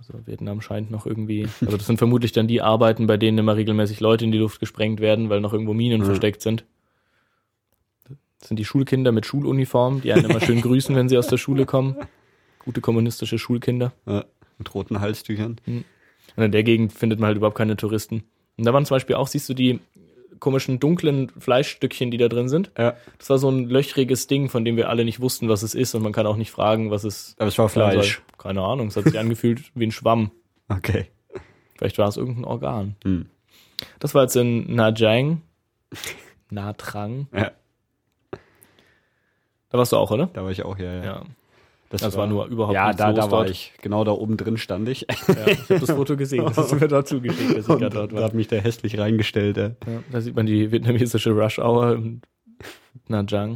Speaker 2: Also Vietnam scheint noch irgendwie, also das sind vermutlich dann die Arbeiten, bei denen immer regelmäßig Leute in die Luft gesprengt werden, weil noch irgendwo Minen mhm. versteckt sind. Das sind die Schulkinder mit Schuluniform, die einen immer schön grüßen, wenn sie aus der Schule kommen. Gute kommunistische Schulkinder.
Speaker 1: Ja, mit roten Halstüchern.
Speaker 2: Und in der Gegend findet man halt überhaupt keine Touristen. Und da waren zum Beispiel auch, siehst du die komischen dunklen Fleischstückchen, die da drin sind?
Speaker 1: Ja.
Speaker 2: Das war so ein löchriges Ding, von dem wir alle nicht wussten, was es ist und man kann auch nicht fragen, was es...
Speaker 1: Aber es war Fleisch.
Speaker 2: Soll. Keine Ahnung, es hat sich angefühlt wie ein Schwamm.
Speaker 1: Okay.
Speaker 2: Vielleicht war es irgendein Organ.
Speaker 1: Hm.
Speaker 2: Das war jetzt in Nha Trang. Nha Trang.
Speaker 1: Ja.
Speaker 2: Da warst du auch, oder?
Speaker 1: Da war ich auch, ja, ja.
Speaker 2: ja.
Speaker 1: Das,
Speaker 2: das war, war nur überhaupt
Speaker 1: ja,
Speaker 2: nichts
Speaker 1: da,
Speaker 2: los
Speaker 1: da war
Speaker 2: dort.
Speaker 1: ich. Genau da oben drin stand ich.
Speaker 2: Ja, ich habe das Foto gesehen. Das hast du mir dort zugeschickt, dass ich gerade dort war.
Speaker 1: Da hat mich da hässlich reingestellt. Ja.
Speaker 2: Ja, da sieht man die vietnamesische Rush Hour in Nha Trang.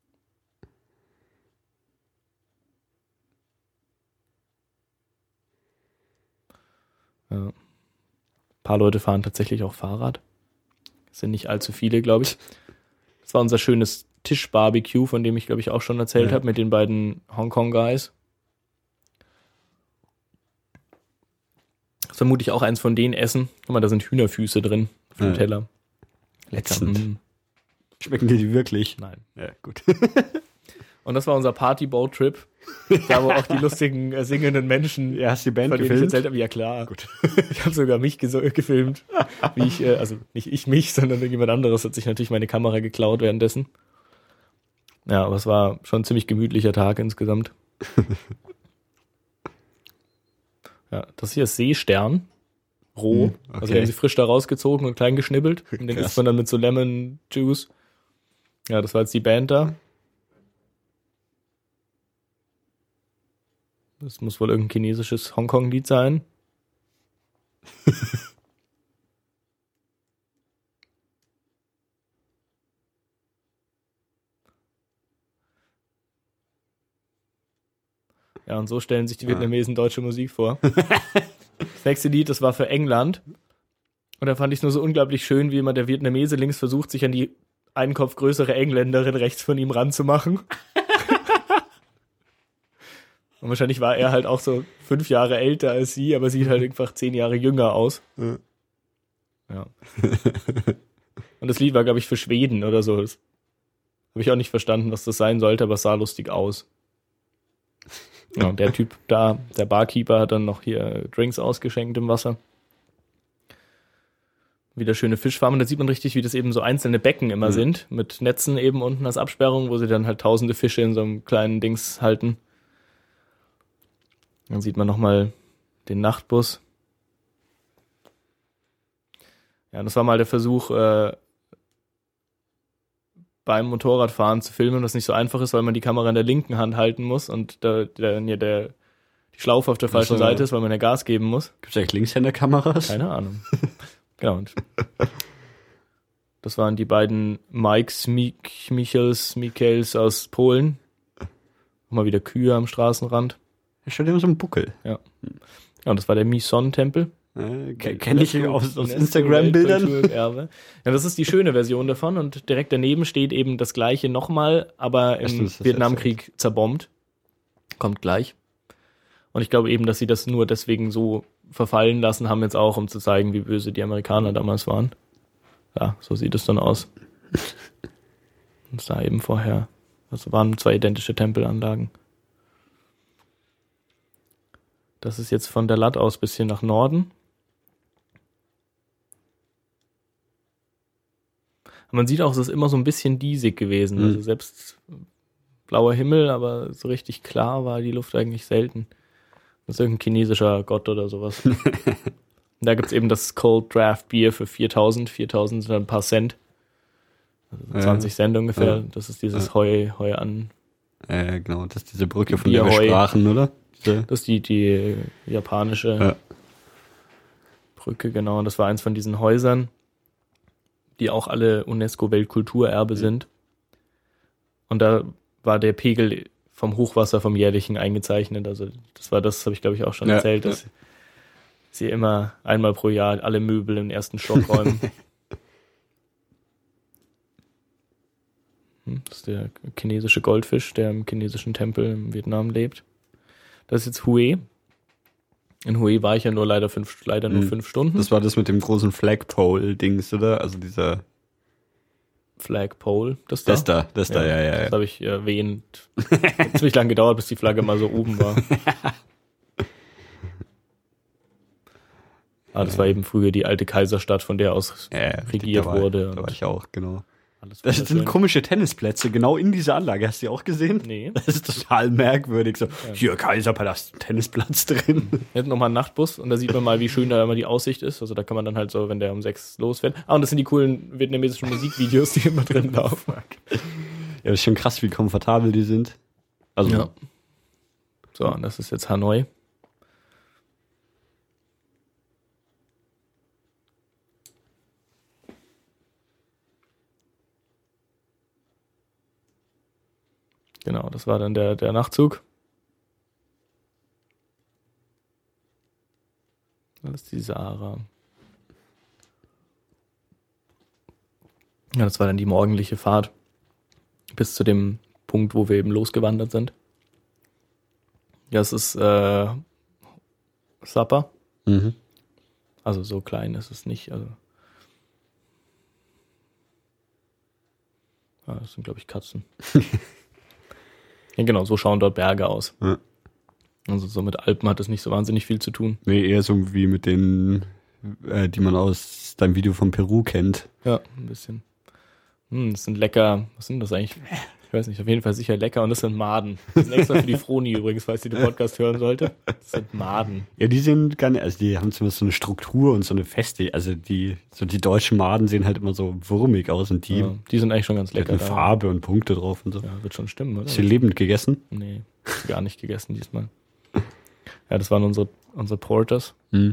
Speaker 2: Ja. Ein paar Leute fahren tatsächlich auch Fahrrad. Das sind nicht allzu viele, glaube ich. Das war unser schönes Tischbarbecue, von dem ich, glaube ich, auch schon erzählt ja. habe, mit den beiden Hongkong-Guys. Das ist vermutlich auch eins von den Essen. Guck mal, da sind Hühnerfüße drin auf dem
Speaker 1: ja.
Speaker 2: Teller.
Speaker 1: Lecker. Schmecken dir die wirklich?
Speaker 2: Nein.
Speaker 1: Ja, gut.
Speaker 2: Und das war unser Party-Boat-Trip. Da, wo auch die lustigen, äh, singenden Menschen,
Speaker 1: ja, hast die Band
Speaker 2: von denen
Speaker 1: gefilmt?
Speaker 2: ich erzählt habe, ja klar.
Speaker 1: Gut.
Speaker 2: Ich habe sogar mich ges- gefilmt. Wie ich, äh, also nicht ich mich, sondern irgendjemand anderes hat sich natürlich meine Kamera geklaut währenddessen. Ja, aber es war schon ein ziemlich gemütlicher Tag insgesamt. Ja, das hier ist Seestern. Roh.
Speaker 1: Hm, okay.
Speaker 2: Also die haben sie frisch da rausgezogen und klein geschnibbelt. Und den isst man dann mit so Lemon Juice. Ja, das war jetzt die Band da. Das muss wohl irgendein chinesisches Hongkong-Lied sein. Ja, und so stellen sich die Vietnamesen deutsche Musik vor. Das nächste Lied, das war für England. Und da fand ich es nur so unglaublich schön, wie immer der Vietnamese links versucht, sich an die einen Kopf größere Engländerin rechts von ihm ranzumachen. Und wahrscheinlich war er halt auch so fünf Jahre älter als sie, aber sieht halt einfach zehn Jahre jünger aus.
Speaker 1: Ja.
Speaker 2: Ja. Und das Lied war, glaube ich, für Schweden oder so. Das habe ich auch nicht verstanden, was das sein sollte, aber es sah lustig aus. Ja, und der Typ da, der Barkeeper, hat dann noch hier Drinks ausgeschenkt im Wasser. Wieder schöne Fischfarmen. Da sieht man richtig, wie das eben so einzelne Becken immer mhm. sind, mit Netzen eben unten als Absperrung, wo sie dann halt tausende Fische in so einem kleinen Dings halten. Dann sieht man nochmal den Nachtbus. Ja, das war mal der Versuch, äh, beim Motorradfahren zu filmen, was nicht so einfach ist, weil man die Kamera in der linken Hand halten muss und da der, der, der die Schlaufe auf der falschen
Speaker 1: also,
Speaker 2: Seite ist, weil man ja Gas geben muss.
Speaker 1: Gibt es eigentlich Linkshänder-Kameras?
Speaker 2: Keine Ahnung. Genau. Und das waren die beiden Mikes, Mik, Michels, Michaels aus Polen. Mal wieder Kühe am Straßenrand.
Speaker 1: Ja, schon immer so ein Buckel.
Speaker 2: Ja. Ja, und das war der Mi-Son-Tempel.
Speaker 1: Äh, Kenne ich aus, aus Instagram-Bildern.
Speaker 2: Ja, das ist die schöne Version davon und direkt daneben steht eben das gleiche nochmal, aber im
Speaker 1: Stimmt,
Speaker 2: Vietnamkrieg zerbombt. Kommt gleich. Und ich glaube eben, dass sie das nur deswegen so verfallen lassen haben, jetzt auch, um zu zeigen, wie böse die Amerikaner damals waren. Ja, so sieht es dann aus. Und es sah eben vorher, also waren zwei identische Tempelanlagen. Das ist jetzt von der Lat aus ein bisschen nach Norden. Man sieht auch, es ist immer so ein bisschen diesig gewesen. Mhm. Also selbst blauer Himmel, aber so richtig klar war die Luft eigentlich selten. Das ist irgendein chinesischer Gott oder sowas. Da gibt's eben das Cold Draft Beer für viertausend. viertausend sind dann ein paar Cent. Also zwanzig ja. Cent ungefähr. Ja. Das ist dieses ja. Heu, Heu an.
Speaker 1: Ja, genau. Das ist diese Brücke, von der wir sprachen, oder?
Speaker 2: Das ist die, die japanische ja. Brücke, genau. Und das war eins von diesen Häusern, die auch alle UNESCO-Weltkulturerbe mhm. sind. Und da war der Pegel vom Hochwasser, vom jährlichen eingezeichnet. Also das war das, habe ich glaube ich auch schon ja, erzählt, dass ja. sie immer einmal pro Jahr alle Möbel im ersten Stock räumen. Das ist der chinesische Goldfisch, der im chinesischen Tempel in Vietnam lebt. Das ist jetzt Hue. In Hue war ich ja nur leider fünf, leider nur
Speaker 1: Mhm.
Speaker 2: fünf Stunden.
Speaker 1: Das war das mit dem großen Flagpole-Dings, oder? Also dieser...
Speaker 2: Flagpole, das da?
Speaker 1: Das da, das da, ja, ja,
Speaker 2: Das
Speaker 1: ja.
Speaker 2: habe ich erwähnt. Hat ziemlich lange gedauert, bis die Flagge mal so oben war. Aber das war eben früher die alte Kaiserstadt, von der aus
Speaker 1: Ja, ja, richtig,
Speaker 2: regiert
Speaker 1: da war,
Speaker 2: wurde.
Speaker 1: Da war ich auch, genau.
Speaker 2: Alles
Speaker 1: Das sind
Speaker 2: wunderschön.
Speaker 1: komische Tennisplätze, genau in dieser Anlage. Hast du die auch gesehen?
Speaker 2: Nee.
Speaker 1: Das ist total merkwürdig. So, hier, Kaiserpalast, Tennisplatz drin.
Speaker 2: Wir hatten nochmal einen Nachtbus und da sieht man mal, wie schön da immer die Aussicht ist. Also da kann man dann halt so, wenn der um sechs losfährt. Ah, und das sind die coolen vietnamesischen Musikvideos, die immer drin laufen.
Speaker 1: Ja, das ist schon krass, wie komfortabel die sind. Also,
Speaker 2: Ja. So, und das ist jetzt Hanoi. Genau, das war dann der, der Nachtzug. Das ist die Sahara. Ja, das war dann die morgendliche Fahrt bis zu dem Punkt, wo wir eben losgewandert sind. Ja, es ist äh, Sapa.
Speaker 1: mhm.
Speaker 2: Also so klein ist es nicht. Also ah, das sind, glaube ich, Katzen. Ja, genau, so schauen dort Berge aus.
Speaker 1: Ja.
Speaker 2: Also so mit Alpen hat das nicht so wahnsinnig viel zu tun.
Speaker 1: Nee, eher so wie mit denen, äh, die man aus deinem Video von Peru kennt.
Speaker 2: Ja, ein bisschen. Hm, das sind lecker. Was sind das eigentlich? Ich weiß nicht, auf jeden Fall sicher lecker. Und das sind Maden. Das sind extra für die Froni übrigens, falls ihr den Podcast hören sollte. Das sind Maden.
Speaker 1: Ja, die sind gar nicht, also die haben zumindest so eine Struktur und so eine feste, also die, so die deutschen Maden sehen halt immer so wurmig aus und die,
Speaker 2: Ja, die sind eigentlich schon ganz
Speaker 1: die
Speaker 2: lecker.
Speaker 1: haben Farbe und Punkte drauf und so.
Speaker 2: Ja, wird schon stimmen, oder?
Speaker 1: Hast du lebend gegessen?
Speaker 2: Nee, gar nicht gegessen diesmal. Ja, das waren unsere, unsere Porters.
Speaker 1: Mhm.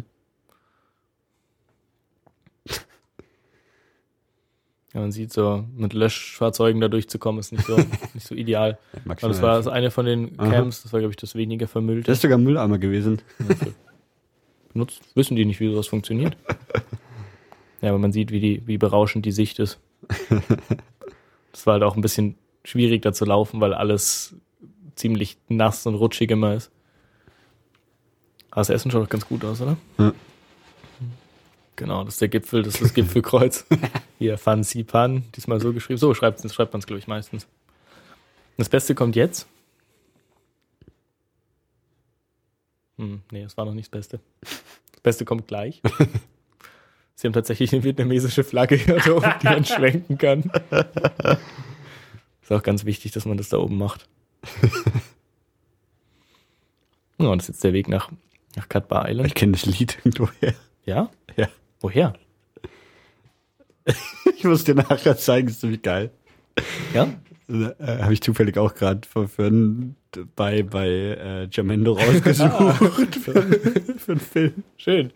Speaker 2: Ja, man sieht so, mit Löschfahrzeugen da durchzukommen, ist nicht so, nicht so ideal.
Speaker 1: Mag
Speaker 2: Aber das war das eine von den
Speaker 1: Aha.
Speaker 2: Camps, das war, glaube ich, das weniger vermüllte.
Speaker 1: Das ist sogar ein Mülleimer gewesen.
Speaker 2: Benutzt, wissen die nicht, wie sowas funktioniert. Ja, aber man sieht, wie, die, wie berauschend die Sicht ist. Das war halt auch ein bisschen schwierig, da zu laufen, weil alles ziemlich nass und rutschig immer ist. Aber das Essen schaut doch ganz gut aus, oder?
Speaker 1: Ja.
Speaker 2: Genau, das ist der Gipfel, das ist das Gipfelkreuz. Hier, Fan Si Pan, diesmal so geschrieben. So schreibt, schreibt man es, glaube ich, meistens. Das Beste kommt jetzt. Hm, nee, das war noch nicht das Beste. Das Beste kommt gleich. Sie haben tatsächlich eine vietnamesische Flagge hier da oben, die man schwenken kann. Ist auch ganz wichtig, dass man das da oben macht. Ja, und das ist jetzt der Weg nach, nach Cat Ba Island.
Speaker 1: Ich kenne das Lied irgendwoher.
Speaker 2: Ja?
Speaker 1: Ja.
Speaker 2: Woher?
Speaker 1: Ich muss dir nachher zeigen, ist ziemlich geil.
Speaker 2: Ja?
Speaker 1: Äh, Habe ich zufällig auch gerade für, für ein, bei, bei äh, Jamendo rausgesucht für, für einen Film.
Speaker 2: Schön.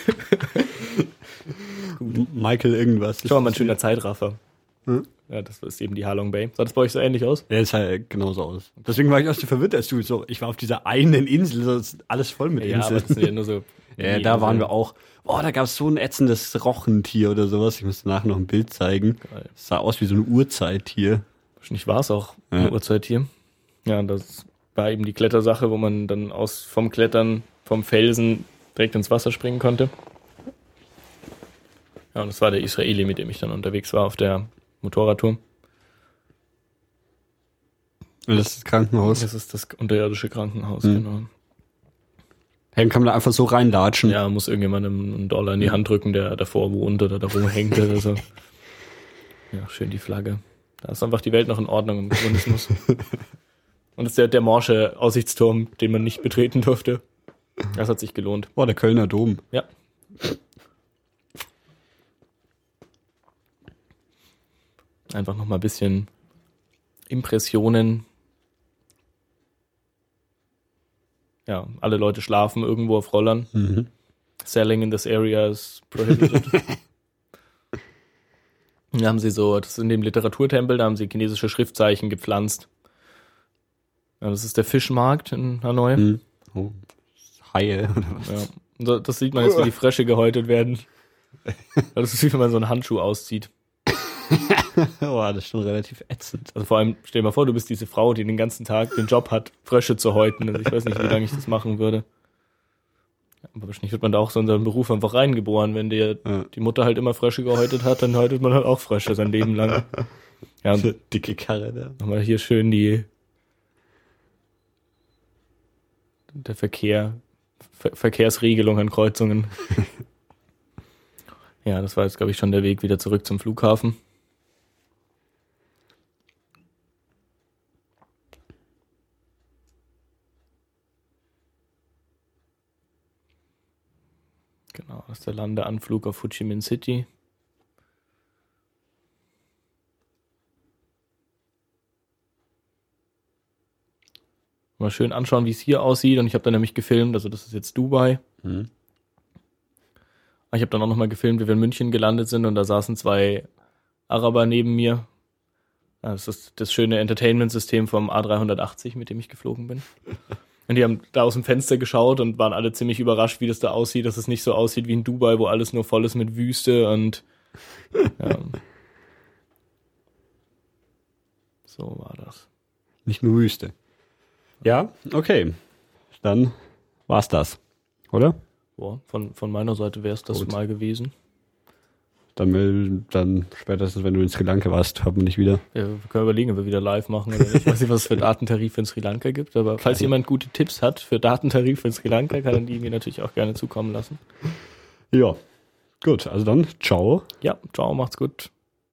Speaker 1: Gut. Michael irgendwas.
Speaker 2: Schau mal, ein schöner Zeitraffer.
Speaker 1: Hm?
Speaker 2: Ja, das ist eben die Halong Bay. Sah das bei euch so ähnlich aus?
Speaker 1: Der ist halt genauso aus. Deswegen war ich auch so verwirrt, als du so, ich war auf dieser einen Insel, so ist alles voll mit
Speaker 2: Ja, aber
Speaker 1: Inseln.
Speaker 2: das sind ja nur so.
Speaker 1: Ja, da waren wir auch. Oh, da gab es so ein ätzendes Rochentier oder sowas. Ich muss nachher noch ein Bild zeigen.
Speaker 2: Geil.
Speaker 1: Das sah aus wie so ein Urzeittier.
Speaker 2: Wahrscheinlich war es auch
Speaker 1: Ja.
Speaker 2: eine Uhrzeit hier. Ja, und das war eben die Klettersache, wo man dann aus vom Klettern vom Felsen direkt ins Wasser springen konnte. Ja, und das war der Israeli, mit dem ich dann unterwegs war auf der Motorradtour.
Speaker 1: Das ist das Krankenhaus.
Speaker 2: Das ist das unterirdische Krankenhaus,
Speaker 1: Mhm.
Speaker 2: genau.
Speaker 1: Hey, kann man da einfach so reinlatschen.
Speaker 2: Ja, muss irgendjemandem einen Dollar in die Hand drücken, der davor wohnt oder da rumhängt oder so. Ja, schön die Flagge. Da ist einfach die Welt noch in Ordnung im Kommunismus. Und das ist der, der morsche Aussichtsturm, den man nicht betreten durfte. Das hat sich gelohnt.
Speaker 1: Boah, der Kölner Dom.
Speaker 2: Ja. Einfach noch mal ein bisschen Impressionen. Ja, alle Leute schlafen irgendwo auf Rollern.
Speaker 1: Mhm.
Speaker 2: Selling in this area is prohibited. Da haben sie so, das ist in dem Literaturtempel, da haben sie chinesische Schriftzeichen gepflanzt. Ja, das ist der Fischmarkt in Hanoi.
Speaker 1: Mhm. Oh. Haie oder was?
Speaker 2: Ja. Und so- das sieht man jetzt, wie die Frösche gehäutet werden. Das ist wie wenn man so einen Handschuh auszieht.
Speaker 1: Boah, das ist schon relativ ätzend.
Speaker 2: Also vor allem, stell dir mal vor, du bist diese Frau, die den ganzen Tag den Job hat, Frösche zu häuten. Also ich weiß nicht, wie lange ich das machen würde. Aber wahrscheinlich wird man da auch so in seinen Beruf einfach reingeboren. Wenn die,
Speaker 1: Ja.
Speaker 2: die Mutter halt immer Frösche gehäutet hat, dann häutet man halt auch Frösche sein Leben lang. Ja, und
Speaker 1: Dicke Karre da.
Speaker 2: nochmal hier schön die der Verkehr, Ver- Verkehrsregelung an Kreuzungen. Ja, das war jetzt, glaube ich, schon der Weg wieder zurück zum Flughafen. Genau, das ist der Landeanflug auf Ho Chi Minh City. Mal schön anschauen, wie es hier aussieht. Und ich habe dann nämlich gefilmt, also das ist jetzt Dubai.
Speaker 1: Mhm.
Speaker 2: Ich habe dann auch nochmal gefilmt, wie wir in München gelandet sind und da saßen zwei Araber neben mir. Das ist das schöne Entertainment-System vom A dreihundertachtzig, mit dem ich geflogen bin. Und die haben da aus dem Fenster geschaut und waren alle ziemlich überrascht, wie das da aussieht, dass es nicht so aussieht wie in Dubai, wo alles nur voll ist mit Wüste und ja. So war das.
Speaker 1: Nicht nur Wüste. Ja, okay. Dann war's das, oder?
Speaker 2: Boah, von, von meiner Seite wäre es das
Speaker 1: Gut.
Speaker 2: mal gewesen.
Speaker 1: Dann, will, dann spätestens, wenn du in Sri Lanka warst, hört man dich wieder.
Speaker 2: Ja, wir können überlegen, ob wir wieder live machen oder nicht. Ich weiß nicht, was es für Datentarife in Sri Lanka gibt, aber falls jemand gute Tipps hat für Datentarife in Sri Lanka, kann er die mir natürlich auch gerne zukommen lassen.
Speaker 1: Ja, gut. Also dann, ciao.
Speaker 2: Ja, ciao, macht's gut.